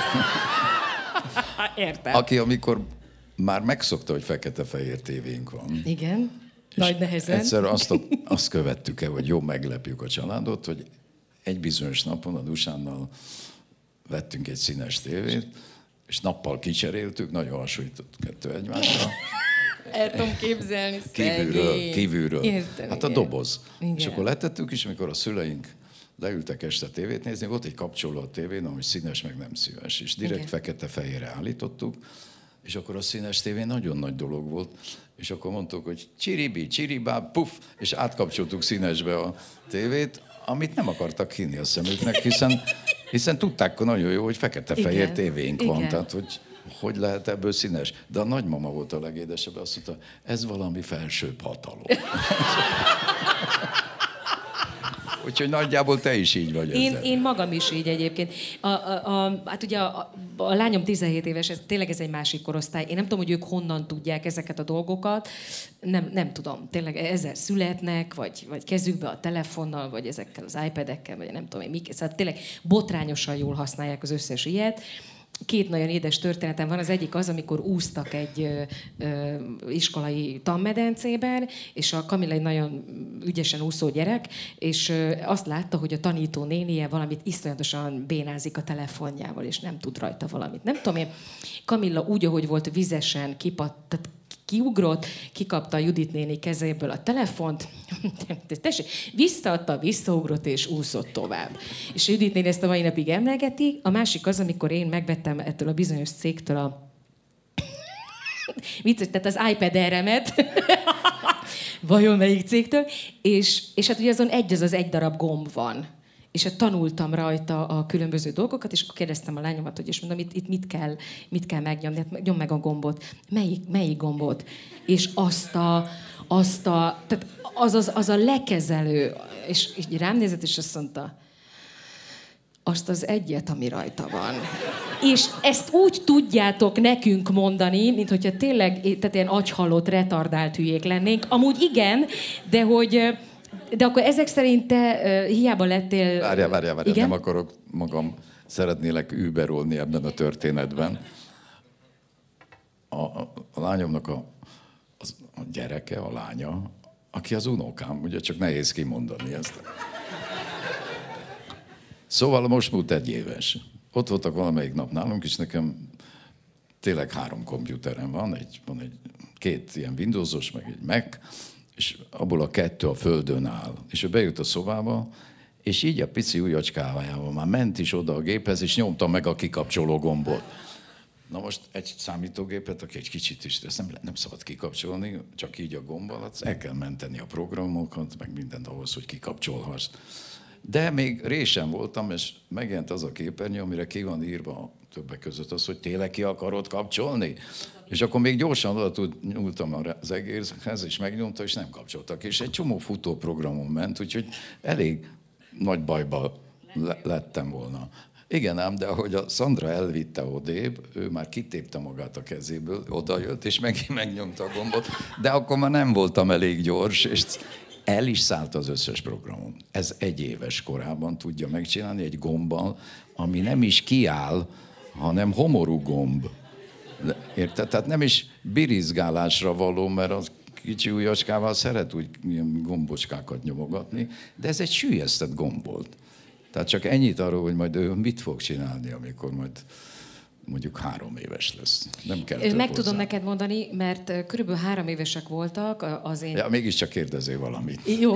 Értem. Aki amikor már megszokta, hogy fekete-fehér tévénk van. Igen, nagy nehezen. Egyszer azt követtük el, hogy jó meglepjük a családot, hogy egy bizonyos napon a Dusánnal vettünk egy színes tévét, és nappal kicseréltük, nagyon hasonlított kettő egymásra. El tudom képzelni, Kívülről. Értem, hát a doboz. Igen. És akkor letettük, és amikor a szüleink leültek este tévét nézni, volt egy kapcsoló a tévén, ami színes, meg nem szíves. És direkt fekete-fehérre állítottuk, és akkor a színes tévén nagyon nagy dolog volt, és akkor mondtuk, hogy csiribi, csiribá, puff, és átkapcsoltuk színesbe a tévét, amit nem akartak hinni a szemüknek, hiszen tudták nagyon jó, hogy fekete-fehér tévénk van, tehát hogy lehet ebből színes. De a nagymama volt a legédesebb, azt mondta, ez valami felsőbb hatalom. Úgyhogy nagyjából te is így vagy ezzel. Én magam is így egyébként. Hát ugye a lányom 17 éves, tényleg ez egy másik korosztály. Én nem tudom, hogy ők honnan tudják ezeket a dolgokat. Nem tudom. Tényleg ezzel születnek, vagy kezükbe a telefonnal, vagy ezekkel az iPad-ekkel, vagy nem tudom én mik. Szóval tényleg botrányosan jól használják az összes ilyet. 2 nagyon édes történetem van. Az egyik az, amikor úsztak egy iskolai tanmedencében, és a Kamilla egy nagyon ügyesen úszó gyerek, és azt látta, hogy a tanító nénie valamit iszonyatosan bénázik a telefonjával, és nem tud rajta valamit. Nem tudom én, Kamilla úgy, ahogy volt vizesen, kiugrott, kikapta a Judit néni kezéből a telefont, visszaadta, visszaugrott és úszott tovább. És Judit néni ezt a mai napig emlegeti. A másik az, amikor én megvettem ettől a bizonyos cégtől tehát az iPad Air-emet, vajon melyik cégtől, és hát ugye azon egy darab gomb van. És hát tanultam rajta a különböző dolgokat, és akkor kérdeztem a lányomat, hogy és mondom, itt mit kell megnyomni? Hát nyom meg a gombot. Melyik gombot? És tehát az a lekezelő, és így rám nézett, és azt mondta, azt az egyet, ami rajta van. És ezt úgy tudjátok nekünk mondani, mint hogyha tényleg tehát ilyen agyhalott, retardált hülyék lennénk. Amúgy igen, de akkor ezek szerint te hiába lettél... Várjál, nem akarok magam, szeretnélek überolni ebben a történetben. A lányomnak a gyereke, a lánya, aki az unokám, ugye csak nehéz kimondani ezt. Szóval most múlt 1 éves. Ott voltak valamelyik nap nálunk, és nekem tényleg 3 komputerem van, van egy 2 ilyen Windowsos, meg egy Mac, és abból a 2 a földön áll. És ő bejött a szobába, és így a pici ujjacskájával már ment is oda a géphez, és nyomta meg a kikapcsoló gombot. Na most egy számítógépet, aki egy kicsit is, ezt nem szabad kikapcsolni, csak így a gombbal, el kell menteni a programokat, meg mindent ahhoz, hogy kikapcsolhass. De még résen voltam, és megjelent az a képernyő, amire ki van írva többek között az, hogy tényleg ki akarod kapcsolni. És akkor még gyorsan oda nyúltam az egérhez, és megnyomta, és nem kapcsoltak. És egy csomó futóprogramon ment, úgyhogy elég nagy bajba lettem volna. Igen ám, de ahogy a Szandra elvitte odébb, ő már kitépte magát a kezéből, odajött, és megint megnyomta a gombot, de akkor már nem voltam elég gyors, és el is szállt az összes programom. Ez 1 éves korában tudja megcsinálni egy gombbal, ami nem is kiáll, hanem homorú gomb. Érted? Tehát nem is birizgálásra való, mert az kicsi ujjacskával szeret úgy gombocskákat nyomogatni, de ez egy süllyesztett gomb volt. Tehát csak ennyit arról, hogy majd ő mit fog csinálni, amikor majd mondjuk 3 éves lesz. Nem kell több Meg hozzá. tudom neked mondani, mert körülbelül 3 évesek voltak az én... Ja, mégiscsak kérdezzél valamit. Jó.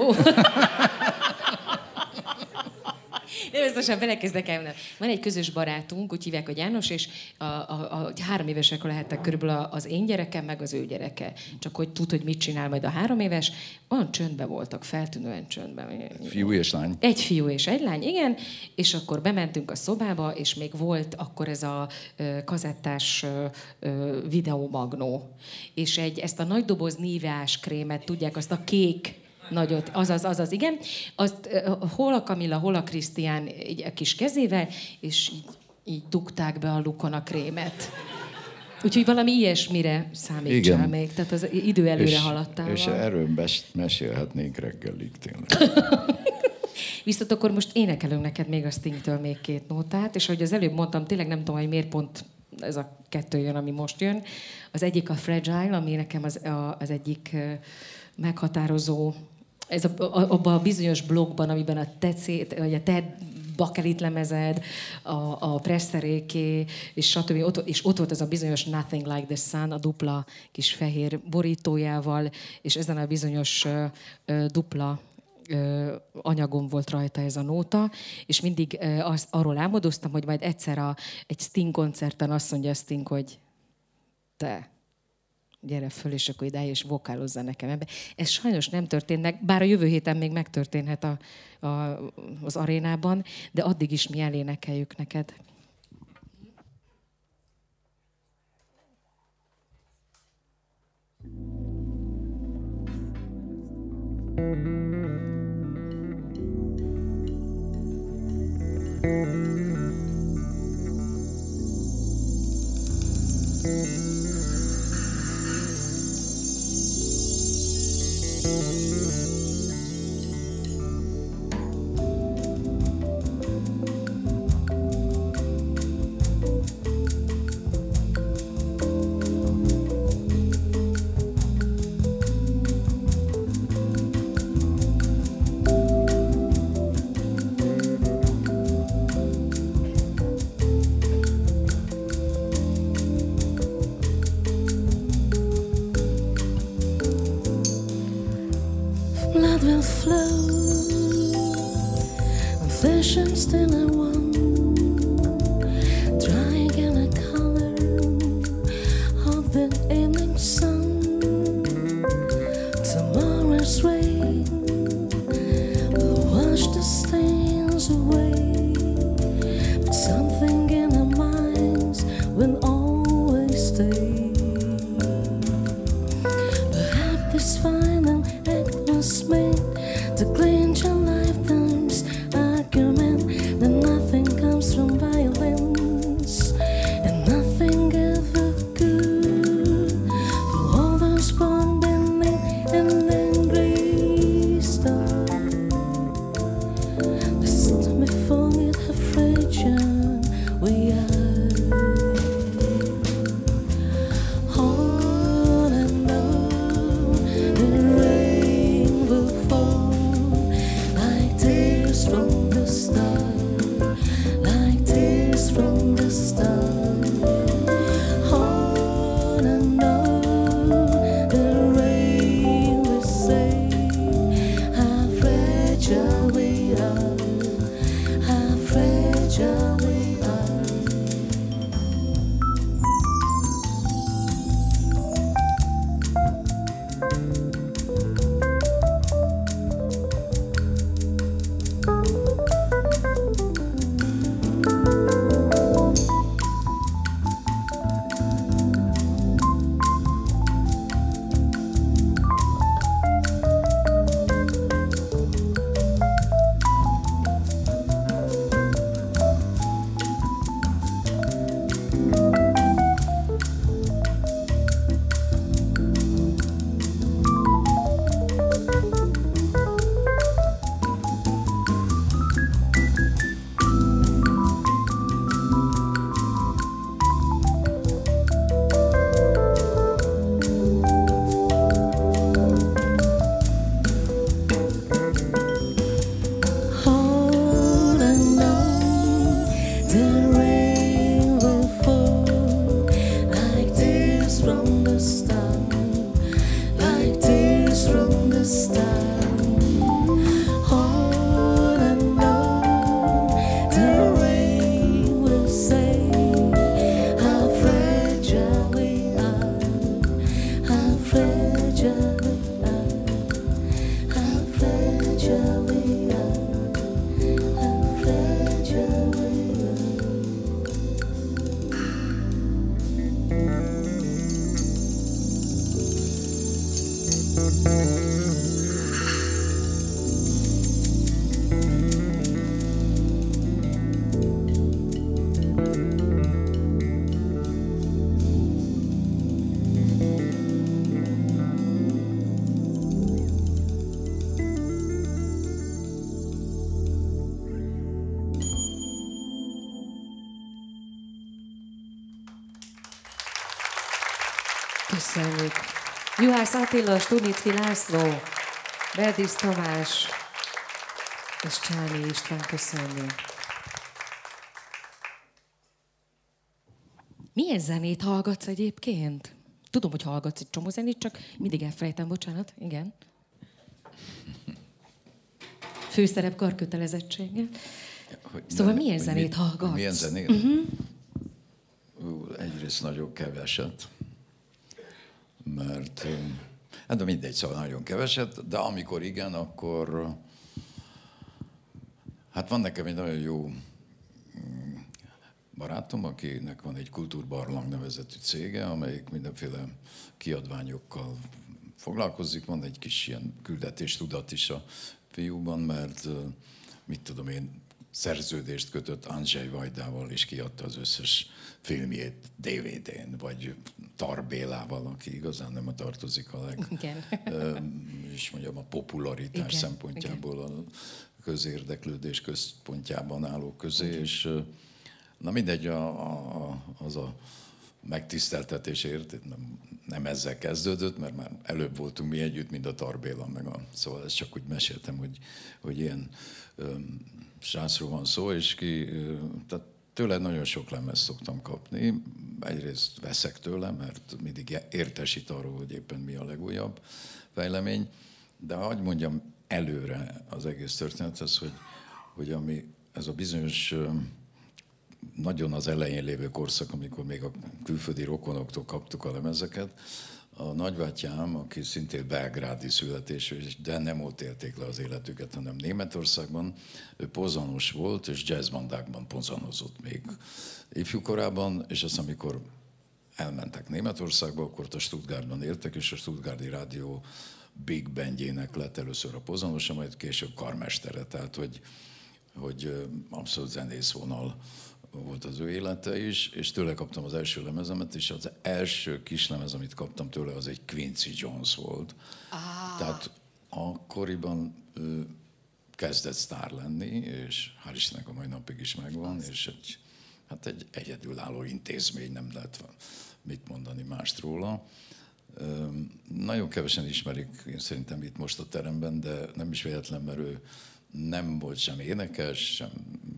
Nem, biztosan belekezdek el. Van egy közös barátunk, úgy hívják, hogy János, és a 3 évesek lehettek körülbelül az én gyerekem, meg az ő gyereke. Csak hogy tud, hogy mit csinál majd a 3 éves. Olyan csöndben voltak, feltűnően csöndben. Fiú és lány? Egy fiú és egy lány, igen. És akkor bementünk a szobába, és még volt akkor ez a kazettás videomagnó. És ezt a nagy doboz nívás krémet, tudják, azt a kék nagyot, azaz, igen. Azt hol a Kamilla, hol a Krisztián egy a kis kezével, és így dugták be a lukon a krémet. Úgyhogy valami ilyesmire számítsál igen. még. Tehát az idő előre haladtál. És erről mesélhetnénk reggelig tényleg. Viszont akkor most énekelünk neked még a Stingtől még 2 nótát, és ahogy az előbb mondtam, tényleg nem tudom, hogy miért pont ez a 2 jön, ami most jön. Az egyik a Fragile, ami nekem az egyik meghatározó, ez abban a bizonyos blogban, amiben a te bakelit lemezed, a presszeréké, és stb. És ott volt ez a bizonyos Nothing Like the Sun, a dupla kis fehér borítójával, és ezen a bizonyos dupla anyagon volt rajta ez a nóta, és mindig arról álmodoztam, hogy majd egyszer egy Sting koncerten azt mondja Sting, hogy te, gyere föl, és akkor ide és vokálozza nekem ebbe. Ez sajnos nem történt meg, bár a jövő héten még megtörténhet az arénában, de addig is mi elénekeljük neked. Blood will flow, flesh and still I want, drying in the color of the evening sun. Tomorrow's rain will wash the stains away, but something in our minds will always stay. Perhaps this final act was made to clinch a lifetime's argument. The Köszönjük. Juhász Attila, Studnicki László, Berdisz Tamás és Csányi István, köszönjük. Milyen zenét hallgatsz egyébként? Tudom, hogy hallgatsz egy csomó zenét, csak mindig elfelejtem, bocsánat. Igen. Főszerep karkötelezettséggel. Szóval milyen zenét hallgatsz? Milyen zenét? Egyrészt nagyon keveset, mert hát de mindegy, szóval nagyon keveset, de amikor igen, akkor hát van nekem egy nagyon jó barátom, akinek van egy Kultúrbarlang nevezetű cége, amelyik mindenféle kiadványokkal foglalkozik. Van egy kis ilyen küldetéstudat is a fiúban, mert mit tudom én, szerződést kötött Andrzej Vajdával, és kiadta az összes filmjét DVD-n, vagy Tar Bélával, aki igazán nem tartozik a és mondjam, a popularitás szempontjából a közérdeklődés központjában állók közé, és na mindegy, az a megtiszteltetésért nem ezzel kezdődött, mert már előbb voltunk mi együtt, mint a Tar Béla, szóval ezt csak úgy meséltem, hogy ilyen srácról van szó, és tehát tőle nagyon sok lemezt szoktam kapni. Egyrészt veszek tőle, mert mindig értesít arról, hogy éppen mi a legújabb fejlemény, de hadd mondjam előre az egész történethez, hogy ami ez a bizonyos nagyon az elején lévő korszak, amikor még a külföldi rokonoktól kaptuk a lemezeket, a nagybátyám, aki szintén belgrádi születésű, de nem ott élték le az életüket, hanem Németországban, ő pozanos volt, és jazzbandákban pozanozott még ifjúkorában, és azt amikor elmentek Németországba, akkor a Stuttgartban éltek, és a Stuttgarti Rádió Big Bandjének lett először a pozonosa, majd később karmestere, tehát hogy abszolút zenész vonal volt az ő élete is, és tőle kaptam az első lemezemet, és az első kis lemez, amit kaptam tőle, az egy Quincy Jones volt. Tehát akkoriban kezdett sztár lenni, és hál' Istennek a mai napig is megvan, és egy egyedülálló intézmény, nem lehet mit mondani mást róla. Nagyon kevesen ismerik, én szerintem itt most a teremben, de nem is véletlen, mert ő nem volt sem énekes, sem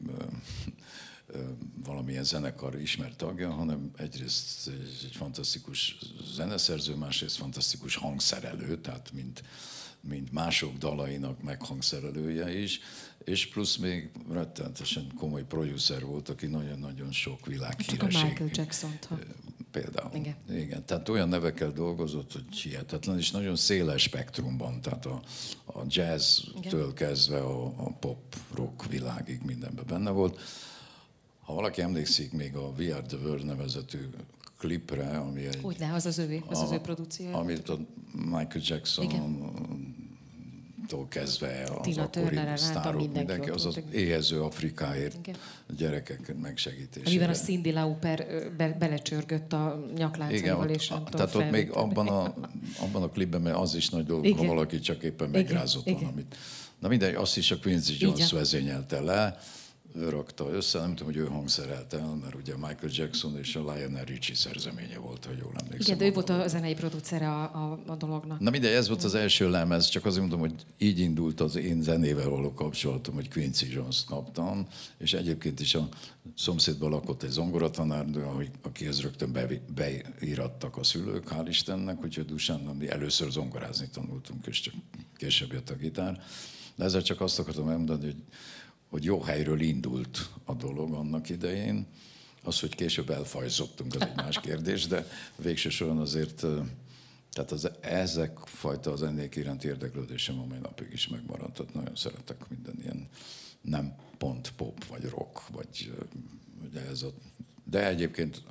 valamilyen zenekar ismert tagja, hanem egyrészt egy fantasztikus zeneszerző, másrészt fantasztikus hangszerelő, tehát mint mások dalainak meghangszerelője is, és plusz még rettenetesen komoly producer volt, aki nagyon-nagyon sok világhíreség. Csak a Michael Jackson-t. Például. Igen. Tehát olyan nevekkel dolgozott, hogy hihetetlen, és nagyon széles spektrumban, tehát a jazztől kezdve a pop, rock világig mindenben benne volt. Ha valaki emlékszik még a We Are The World nevezetű klipre, ami egy... Hogyne, az az ő produkciója. Amit a Michael Jackson-tól kezdve az akkori sztárok, mindenki, az az éhező Afrikáért gyerekek megsegítésére. Amiben a Cyndi Lauper belecsörgött a nyakláncaival, és nem tudom, tehát ott még abban a klipben az is nagy dolog, ha valaki csak éppen megrázott valamit. Na mindegy, azt is a Quincy Jones vezényelte le, ő rakta össze, nem tudom, hogy ő hangszerelte el, mert ugye Michael Jackson és a Lionel Richie szerzeménye volt, ha jól emlékszem. Igen, de ő volt a zenei producere a dolognak. Na mindegy, ez volt az első lemez, csak azért mondom, hogy így indult az én zenével való kapcsolatom, hogy Quincy Jones-t kaptam, és egyébként is a szomszédban lakott egy zongoratanárnő, akihez rögtön beírattak a szülők, hál' Istennek, úgyhogy Dusán először zongorázni tanultunk, és csak később jött a gitár. De ezzel csak azt akartam elmondani, hogy jó helyről indult a dolog annak idején. Az, hogy később elfajzottunk, az egy más kérdés, de végső soron azért, tehát ezek fajta zenék iránti érdeklődésem a mai napig is megmaradt. Tehát nagyon szeretek minden ilyen nem pont pop, vagy rock, vagy ugye ez de egyébként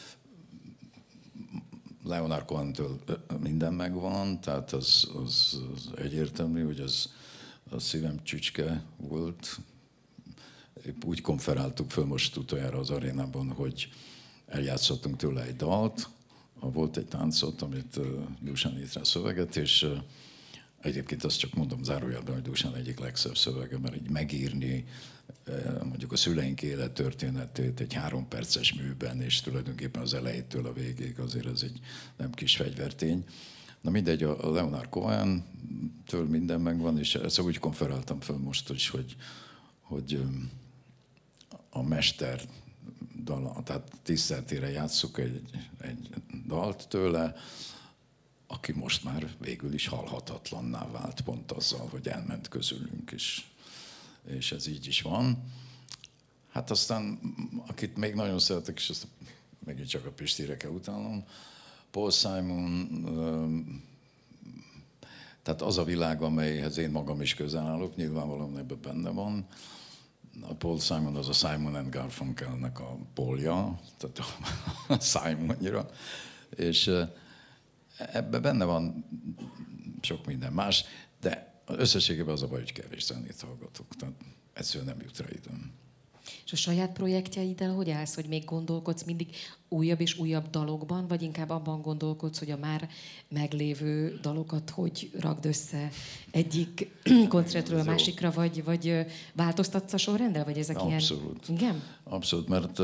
Leonard Cohentől minden megvan, tehát az egyértelmű, hogy az a szívem csücske volt. Épp úgy konferáltuk föl most utoljára az arénában, hogy eljátszottunk tőle egy dalt, volt egy táncot, amit Dusan írt rá szöveget, és Egyébként azt csak mondom zárójelben, hogy Dusan egyik legszebb szövege, mert így megírni mondjuk a szüleink élettörténetét egy 3 perces műben, és tulajdonképpen az elejétől a végéig azért ez egy nem kis fegyvertény. Na mindegy, a Leonard Cohen-től minden megvan, és ezt úgy konferáltam föl most is, hogy a mester dal, tehát tiszteletére játsszuk egy dalt tőle, aki most már végül is halhatatlanná vált pont azzal, hogy elment közülünk is. És ez így is van. Hát aztán, akit még nagyon szeretek, és azt megint csak a Pistire kell utálnom, Paul Simon, tehát az a világ, amelyhez én magam is közel állok, nyilvánvalóan ebben benne van. A Paul Simon az a Simon and Garfunkelnek a Paulja, tehát a Simonra. És ebben benne van sok minden más, de összességében az a baj, hogy kevés zenét hallgatok, tehát egyszerűen nem jut rá időm. És a saját projektjeiddel hogy állsz, hogy még gondolkodsz mindig újabb és újabb dalokban, vagy inkább abban gondolkodsz, hogy a már meglévő dalokat hogy rakd össze egyik koncertről a másikra, vagy változtatsz a sorrenddel, vagy ezek Abszolút. ilyen... Igen? Abszolút, mert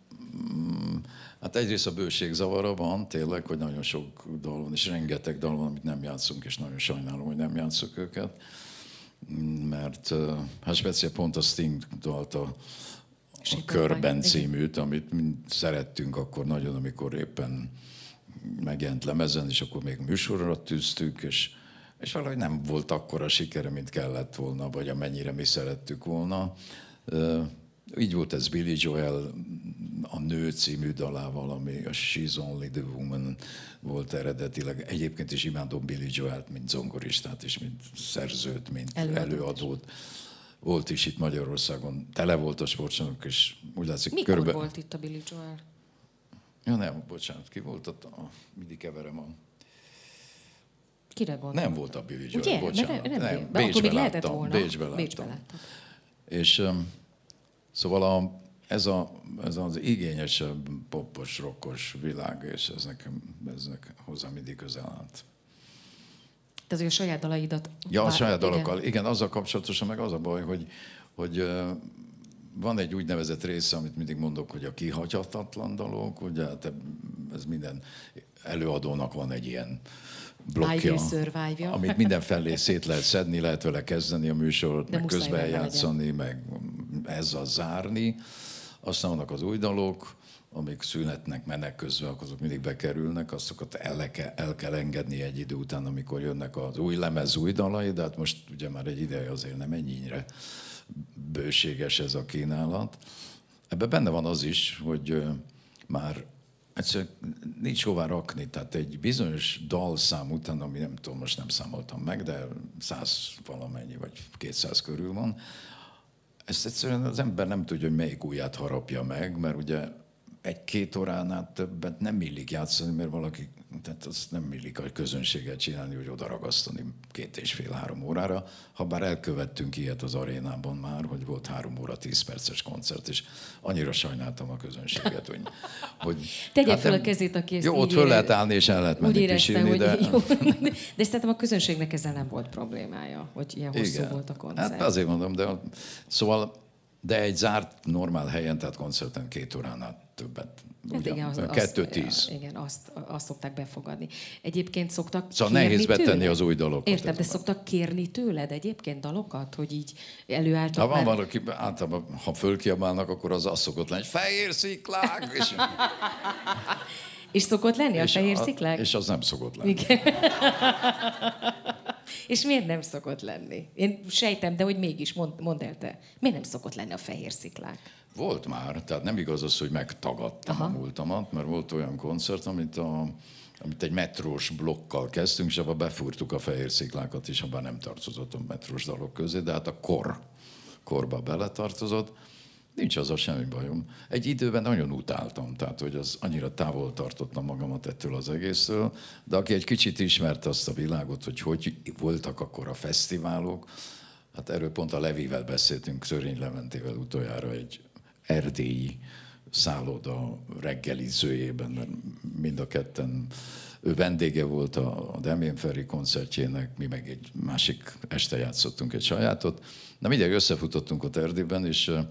hát egyrészt a bőség zavara van, tényleg, hogy nagyon sok dal van, és rengeteg dal van, amit nem játszunk, és nagyon sajnálom, hogy nem játszunk őket. Mert hát speciál pont a Sting dalt a Körben címűt, amit szerettünk akkor nagyon, amikor éppen megjelent lemezen, és akkor még műsorra tűztük, és valahogy nem volt akkora sikere, mint kellett volna, vagy amennyire mi szerettük volna. Így volt ez Billy Joel a Nő című dalával, ami a She's Only the Woman volt eredetileg. Egyébként is imádom Billy Joelt, mint zongoristát, és mint szerzőt, mint előadót. Volt is itt Magyarországon, tele volt a sportcsarnok, és úgy látszik... Mikor volt itt a Billy Joel? Ja nem, bocsánat, ki volt ott? Mindig keverem a... Kire gondolt? Nem volt a Billy Joel, ugye? bocsánat. Nem, akkor még lehetett volna. Bécsbe láttam. És szóval ez az igényesebb, popos, rockos világ, és ez nekem hozzá mindig közel állt. Tehát, hogy a saját dalaidat... Ja, a saját dalokkal. Igen, azzal kapcsolatosan meg az a baj, hogy van egy úgynevezett része, amit mindig mondok, hogy a kihagyhatatlan dalok, ugye ez minden előadónak van egy ilyen blokkja, amit mindenfelé szét lehet szedni, lehet vele kezdeni a műsort, meg közben eljátszani, meg ezzel zárni. Aztán vannak az új dalok, amik szünetnek, menek közben, azok mindig bekerülnek, azokat el kell engedni egy idő után, amikor jönnek az új lemez, új dalai, de hát most ugye már egy ideje azért nem ennyire bőséges ez a kínálat. Ebben benne van az is, hogy már egyszerűen nincs hová rakni, tehát egy bizonyos dalszám után, ami nem tudom, most nem számoltam meg, de 100 valamennyi, vagy 200 körül van, ezt egyszerűen az ember nem tudja, hogy melyik ujját harapja meg, mert ugye 1-2 óránál többet nem illik játszani, mert valaki, tehát azt nem illik a közönséget csinálni, hogy oda ragasztani 2,5-3 órára. Habár elkövettünk ilyet az arénában már, hogy volt 3 óra 10 perces koncert, és annyira sajnáltam a közönséget, hogy tegye fel a kezét, aki ezt jó, ott föl lehet állni, és el lehet menni pisilni, de... De szerintem a közönségnek ezzel nem volt problémája, hogy ilyen hosszú volt a koncert. Hát azért mondom, de egy zárt, normál helyen, tehát koncerten 2 óránál többet. Hát igen, 2-10. Igen, azt szokták befogadni. Egyébként szoktak szóval kérni nehéz betenni tőled? az új dalokat. Értem, de szoktak kérni tőled egyébként dalokat, hogy így előálltak? Ha van valaki, általában, ha fölkiabálnak, akkor az szokott lenni, fehér sziklák! És szokott lenni a fehér sziklák? És az nem szokott lenni. Igen. És miért nem szokott lenni? Én sejtem, de hogy mégis, mondd el te. Miért nem szokott lenni a fehér sziklák? Volt már, tehát nem igaz az, hogy megtagadtam a múltamat, mert volt olyan koncert, amit egy metrós blokkal kezdtünk, és abban befúrtuk a fehér sziklákat is, abban nem tartozott a metrós dalok közé, de hát a korba beletartozott. Nincs azzal semmi bajom. Egy időben nagyon utáltam, tehát hogy az annyira távol tartottam magamat ettől az egésztől, de aki egy kicsit ismerte azt a világot, hogy voltak akkor a fesztiválok, hát erről pont a Levivel beszéltünk, Szörény Leventével utoljára egy erdélyi szálloda reggelizőjében, mert mind a ketten, ő vendége volt a Damien Ferry koncertjének, mi meg egy másik este játszottunk egy sajátot. Na mindegy, összefutottunk ott Erdélyben,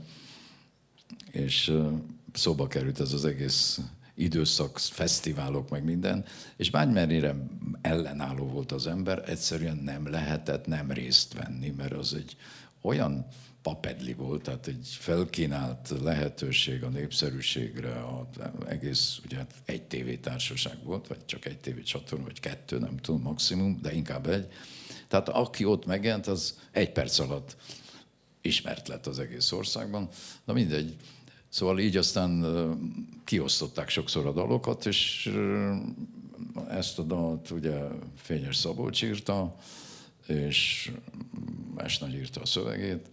és szóba került ez az egész időszak, fesztiválok, meg minden, és bármennyire ellenálló volt az ember, egyszerűen nem lehetett nem részt venni, mert az egy olyan papedli volt, tehát egy felkínált lehetőség a népszerűségre, az egész, ugye egy tévétársaság volt, vagy csak egy tévécsatorna, vagy kettő, nem tudom, maximum, de inkább egy. Tehát aki ott megjelent, az egy perc alatt ismert lett az egész országban. Na mindegy. Szóval így aztán kiosztották sokszor a dalokat, és ezt a dalt ugye Fényes Szabolcs írta, és Nagy írta a szövegét,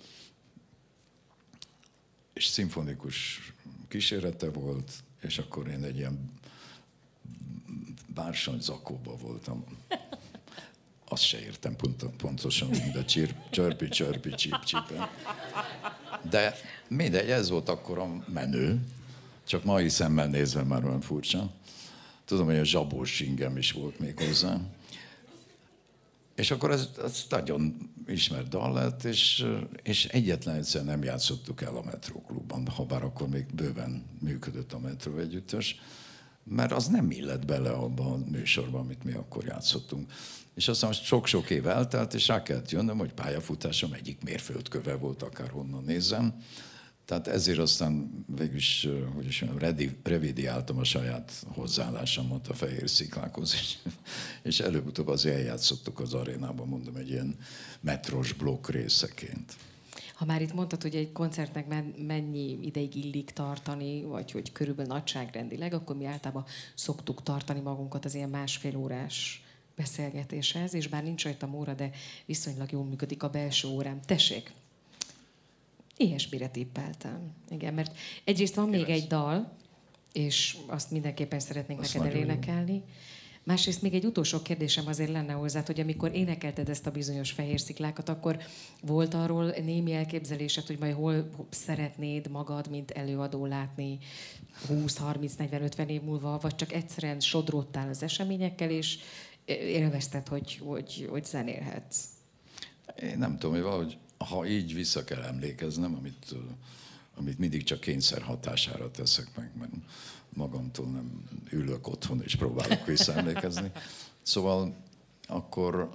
és szimfonikus kísérete volt, és akkor én egy ilyen bársony zakóba voltam. Azt se értem pontosan, mint a csörpi, csíp. De mindegy, ez volt akkor a menő, csak mai szemmel nézve már olyan furcsa. Tudom, hogy a zsabós ingem is volt még hozzá. És akkor ez nagyon ismert dal lett, és egyetlen egyszer nem játszottuk el a Metróklubban, habár akkor még bőven működött a Metró együttes, mert az nem illett bele abba a műsorba, amit mi akkor játszottunk. És aztán sok-sok év eltelt, és rá kellett jönnöm, hogy pályafutásom egyik mérföldköve volt, akárhonnan nézem. Tehát ezért aztán végülis, hogy is mondjam, revidiáltam a saját hozzáállásomat a fehér sziklákhoz, és előbb-utóbb azért eljátszottuk az arénában, mondom, egy ilyen metrós blokk részeként. Ha már itt mondtad, hogy egy koncertnek mennyi ideig illik tartani, vagy hogy körülbelül nagyságrendileg, akkor mi általában szoktuk tartani magunkat az ilyen 1,5 órás beszélgetéshez, és bár nincs rajtam óra, de viszonylag jól működik a belső órám. Tessék! Ilyesmire tippeltem. Igen, mert egyrészt van még egy dal, és azt mindenképpen szeretnénk neked elénekelni. Másrészt még egy utolsó kérdésem azért lenne hozzád, hogy amikor énekelted ezt a bizonyos fehér sziklákat, akkor volt arról némi elképzelésed, hogy majd hol szeretnéd magad, mint előadó látni 20, 30, 40, 50 év múlva, vagy csak egyszerűen sodródtál az eseményekkel, és élvezted, hogy zenélhetsz? Én nem tudom, hogy valahogy, ha így vissza kell emlékeznem, amit mindig csak kényszer hatására teszek meg, mert magamtól nem ülök otthon és próbálok visszaemlékezni. Szóval akkor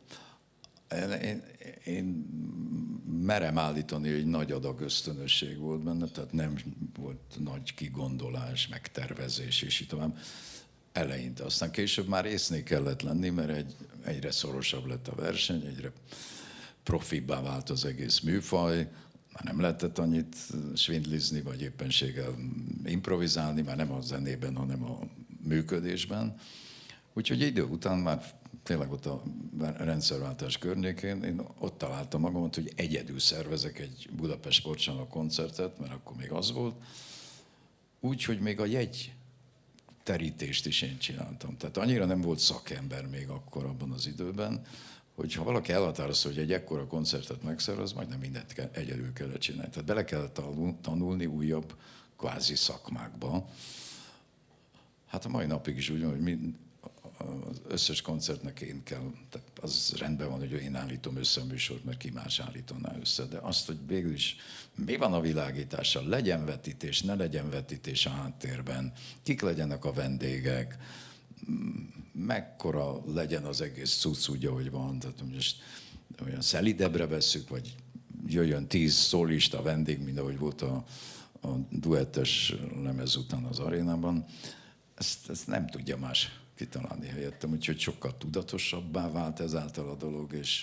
én merem állítani, hogy nagy adag ösztönösség volt benne, tehát nem volt nagy kigondolás, megtervezés és így tovább. Eleinte. Aztán később már észnél kellett lenni, mert egyre szorosabb lett a verseny, egyre profibbá vált az egész műfaj, már nem lehetett annyit svindlizni, vagy éppenséggel improvizálni, már nem a zenében, hanem a működésben. Úgyhogy idő után már tényleg ott a rendszerváltás környékén én ott találtam magamat, hogy egyedül szervezek egy Budapest Sportcsarnok koncertet, mert akkor még az volt, úgyhogy még a jegy terítést is én csináltam. Tehát annyira nem volt szakember még akkor abban az időben, hogy ha valaki elhatározta, hogy egy ekkora koncertet megszervez, majdnem mindent egyedül kellett csinálni. Tehát bele kell tanulni újabb kvázi szakmákba. Hát a mai napig is úgy van, hogy az összes koncertnek én kell, tehát az rendben van, hogy én állítom össze a műsort, mert ki más állítaná össze, de azt, hogy végül is mi van a világítással, legyen vetítés, ne legyen vetítés a háttérben, kik legyenek a vendégek, mekkora legyen az egész cucc úgy, ahogy van, tehát most olyan szelidebbre vesszük, vagy jöjjön 10 szólista vendég, mint ahogy volt a duettes lemez után az arénában. Ezt nem tudja más kitalálni helyettem, úgyhogy sokkal tudatosabbá vált ezáltal a dolog, és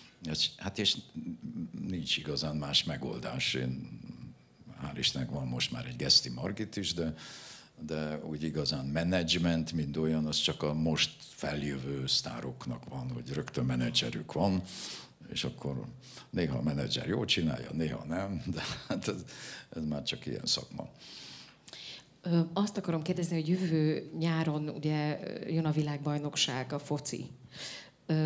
nincs igazán más megoldás. Hál' Istennek van most már egy Geszti Margit is, de úgy igazán menedzsment, mint olyan, az csak a most feljövő sztároknak van, hogy rögtön menedzserük van, és akkor néha a menedzser jól csinálja, néha nem, de hát ez már csak ilyen szakma. Azt akarom kérdezni, hogy jövő nyáron ugye jön a világbajnokság, a foci.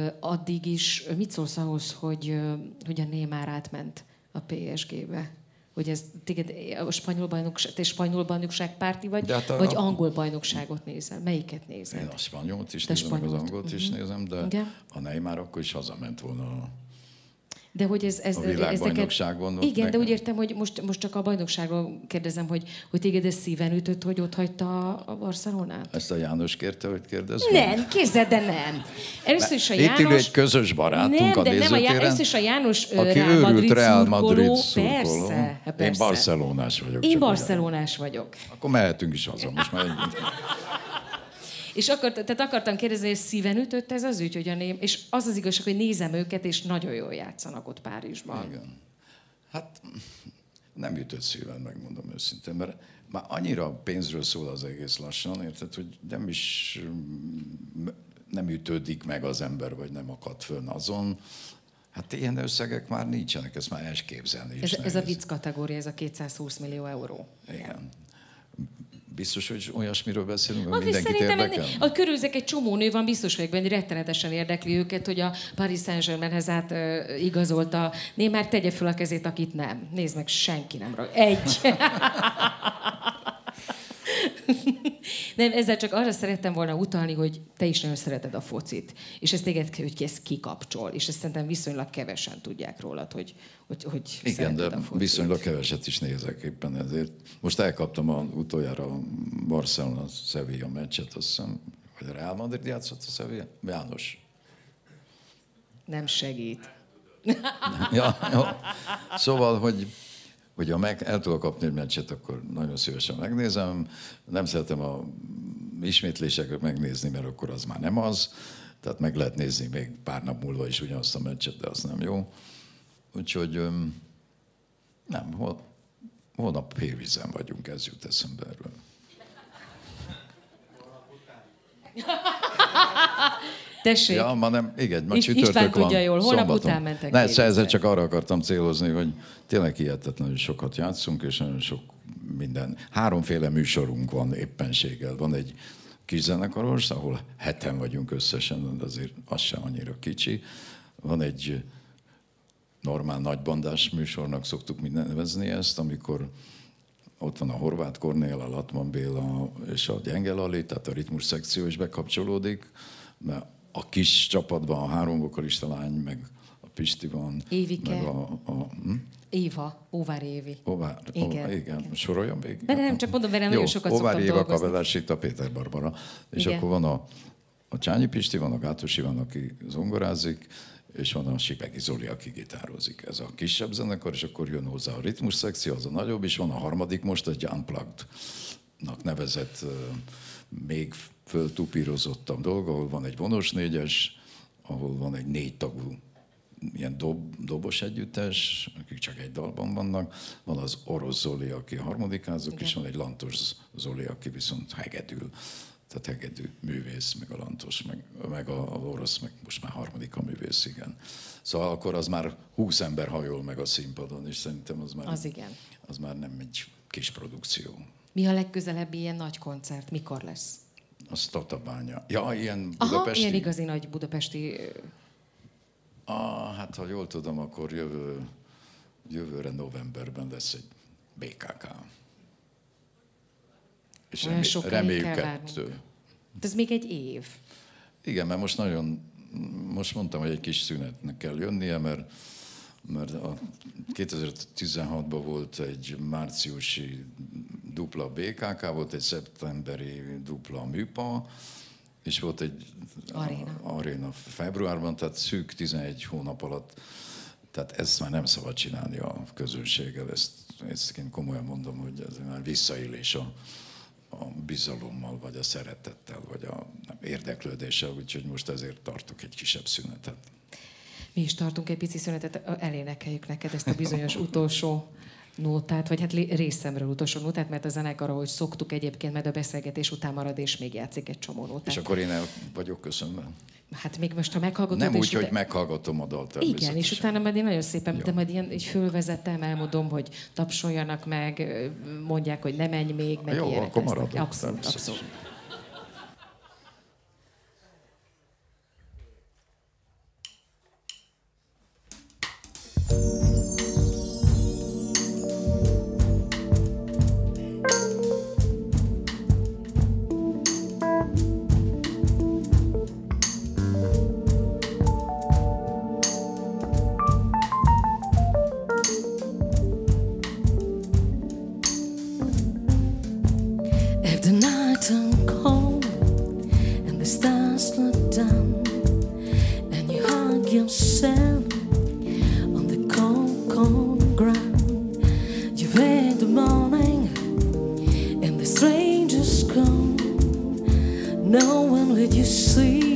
Addig is mit szólsz ahhoz, hogy a Neymar átment a PSG-be? Hogy ez téged a spanyol bajnokság, te spanyol bajnokság párti vagy, De hát vagy angol bajnokságot nézel? Melyiket Én nézed? a spanyolt is Te nézem, meg az spanyolt. angolt is nézem, de Igen. a Neymar akkor is hazament volna. De hogy ez A világbajnokságon ott igen, de nekem. úgy értem, hogy most csak a bajnokságról kérdezem, hogy téged ez szíven ütött, hogy ott hagyta a Barcelonát? Ezt a János kérte, hogy kérdezzem? Nem, képzeld, de nem. Először is a Itt ül János... egy közös barátunk nem, a de nem, nézőtéren, először is a János aki Real őrült Madrid Real szurkoló. Madrid szurkoló. Persze, hát Én persze. barcelonás vagyok. Én csak barcelonás vagyok. ugye. Akkor mehetünk is haza. Most már És tehát akartam kérdezni, hogy szíven ütött ez az ügy, hogy és az az igazság, hogy nézem őket, és nagyon jól játszanak ott Párizsban. Igen. Hát nem ütött szíven, megmondom őszintén, mert már annyira pénzről szól az egész lassan, érted, hogy nem ütődik meg az ember, vagy nem akad fönn azon. Hát ilyen összegek már nincsenek, ezt már elképzelni is Ez a nehéz. vicc kategória, ez a 220 millió euró. Igen. Biztos, hogy olyasmiről beszélünk, hogy Hát és mindenkit szerintem érdekel? a körülzek egy csomó nő van, biztos vagyok benne, rettenetesen érdekli őket, hogy a Paris Saint-Germainhez igazolta. Neymar tegye fel a kezét, akit nem. Nézd meg, senki nem rag. Egy. Nem, ezzel csak arra szerettem volna utalni, hogy te is nagyon szereted a focit. És ez téged, hogy ez kikapcsol. És ezt szerintem viszonylag kevesen tudják rólad, hogy Igen, de szereted a focit. viszonylag keveset is nézek éppen ezért. Most elkaptam utoljára a Barcelona-Sevilla meccset, azt hiszem, vagy a Real Madrid játszott a Sevilla? János. Nem segít. Ja, jó. Szóval, hogy ha el tudok kapni egy meccset, akkor nagyon szívesen megnézem. Nem szeretem a ismétléseket megnézni, mert akkor az már nem az. Tehát meg lehet nézni még pár nap múlva is ugyanazt a meccset, de az nem jó. Úgyhogy nem, holnap hévízen vagyunk, ez jut eszembe erről. Tessék. Ja, ma nem, igen, ma István csütörtök van. tudja jól, holnap szombaton. után mentek Ne, hévízre. ezzel csak arra akartam célozni, hogy tényleg hihetetlenül sokat játszunk, és nagyon sok minden. 3 műsorunk van éppenséggel. Van egy kis zenekaros, ahol 7-en vagyunk összesen, de azért az sem annyira kicsi. Van egy normál nagybandás műsornak szoktuk minden nevezni ezt, amikor ott van a Horváth Kornél, a Latman Béla és a Gyenge Lali, tehát a ritmus szekció is bekapcsolódik, mert a kis csapatban a 3 vokalista lány, meg a Pisti van, Évike. meg Éva, Óvár Évi. igen. Soroljam még? De nem, csak mondom, velem nagyon sokat Óvár szoktam Éva, dolgozni. Kavelási, a Péter Barbara. És Igen. akkor van a Csányi Pisti, van a Gátos Iván, aki zongorázik, és van a Sipegi Zoli, aki gitározik. Ez a kisebb zenekar, és akkor jön hozzá a ritmus szekció, az a nagyobb, és van a harmadik most, egy Unplugged-nak nevezett, még föltupírozottabb dolog, ahol van egy vonos 4-es, ahol van egy 4 tagú ilyen dobos együttes, akik csak egy dalban vannak. Van az Orosz Zoli, aki harmodikázok, és van egy Lantos Zoli, aki viszont hegedül. Tehát hegedű művész, meg a Lantos, meg a orosz, meg most már harmadika művész, igen. Szóval akkor az már 20 ember hajol meg a színpadon, és szerintem az már nem egy kis produkció. Mi a legközelebbi ilyen nagy koncert? Mikor lesz? Az Tatabánya. Ja, ilyen budapesti? Aha, ilyen igazi nagy budapesti... Hát ha jól tudom, akkor jövőre novemberben lesz egy BKK. És Olyan sokáig reméljük kell 2. várnunk. Ez még egy év. Igen, mert most mondtam, hogy egy kis szünetnek kell jönnie, mert a 2016-ban volt egy márciusi dupla BKK, volt egy szeptemberi dupla műpa, és volt egy aréna februárban, tehát szűk 11 hónap alatt. Tehát ezt már nem szabad csinálni a közönséggel, ezt én komolyan mondom, hogy ez már visszaélés a bizalommal, vagy a szeretettel, vagy a érdeklődéssel, úgyhogy most ezért tartok egy kisebb szünetet. Mi is tartunk egy pici szünetet, elénekeljük neked ezt a bizonyos utolsó nótát, vagy hát részemről utolsó nótát, mert a zenekar, ahogy szoktuk egyébként, mert a beszélgetés után marad, és még játszik egy csomó nótát. És akkor én el vagyok köszönve? Hát még most, ha meghallgatod... Nem úgy, és hogy meghallgatom a dalt természetesen. Igen, és utána majd én nagyon szépen, de majd ilyen így fölvezetem, elmondom, hogy tapsoljanak meg, mondják, hogy ne menj még, meg jó, ilyenek akkor lesznek. maradok. Abszolút, abszolút. the night turned cold and the stars looked down, and you hug yourself on the cold, cold ground. You wake the morning and the strangers come. No one will you see.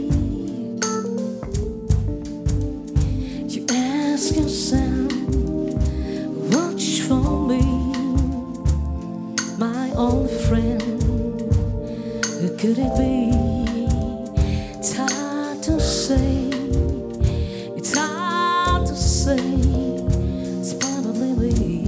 You ask yourself, watch for me, my old friend. Who could it be? It's hard to say. It's hard to say. It's probably me.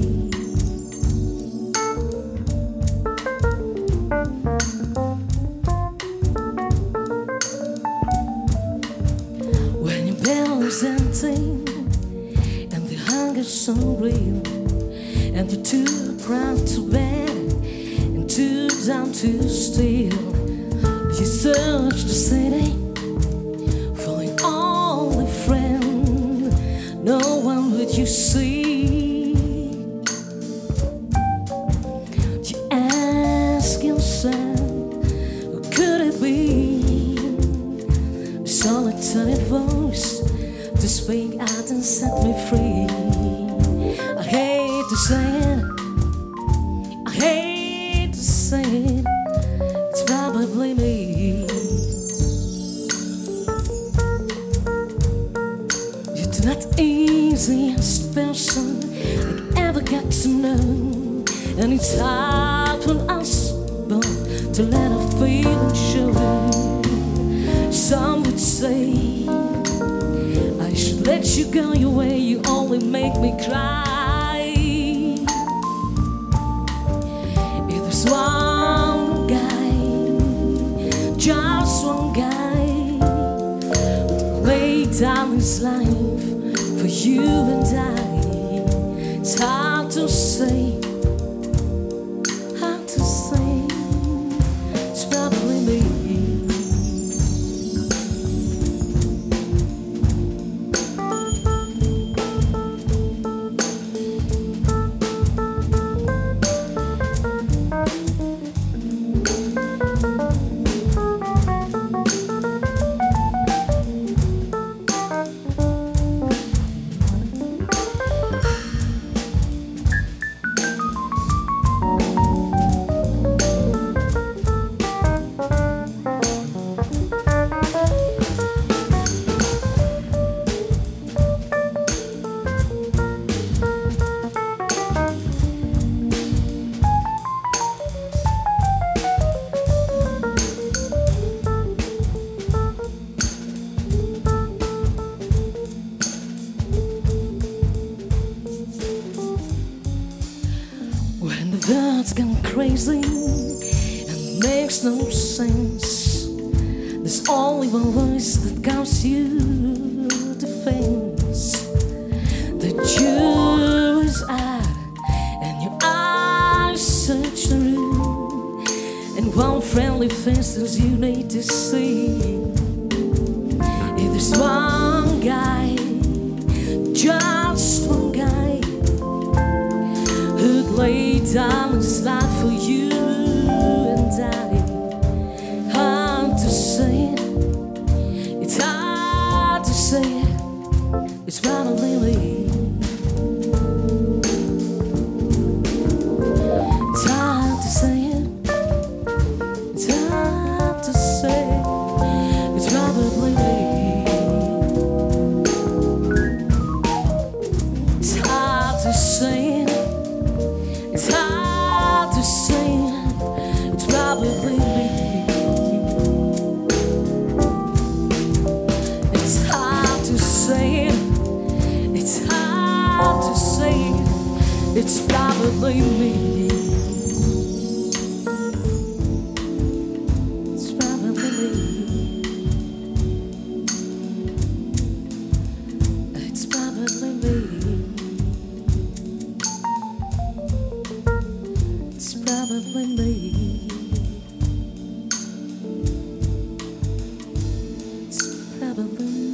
When your belly's empty and the hunger's so real, and you're too proud to beg and too down to steal, you search the city for your only friend. No one would you see. You ask yourself, who could it be? A solitary voice to speak out and set me free. I hate to say it, I hate to say it, it's probably me. You're the not easiest person I ever got to know, and it's hard for us both to let our feelings show. Some would say I should let you go your way, you only make me cry. If there's one guy, just one guy, who'd lay down his life for you and I, it's hard to say, hard to say, it's probably me. When the world's gone crazy and makes no sense, there's only one voice that comes you defense. The jury's out and your eyes search the room, and one friendly face is you need to see. If there's one guy, just one guy, who'd lay down his life for you and I, hard to say it, it's hard to say it, it's probably me. It's hard to say it, it's hard to say it, it's probably me. It's hard to say it, it's hard to say it, it's probably me. It's hard to say it, it's hard to say it, it's probably me. It's probably me. It's probably me. It's probably me. It's probably me.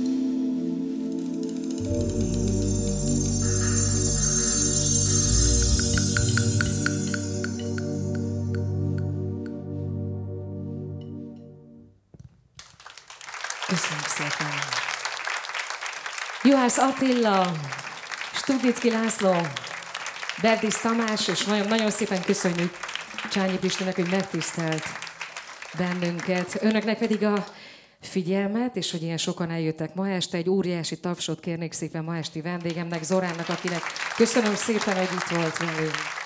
Köszönjük szépen. Juhász Attila, Studnicki László, Berdis Tamás, és nagyon szépen köszönjük Csányi Pistinek, hogy megtisztelt bennünket. Önöknek pedig a figyelmet, és hogy ilyen sokan eljöttek ma este. Egy óriási tapsot kérnék szépen ma esti vendégemnek, Zoránnak, akinek köszönöm szépen, hogy itt volt velünk.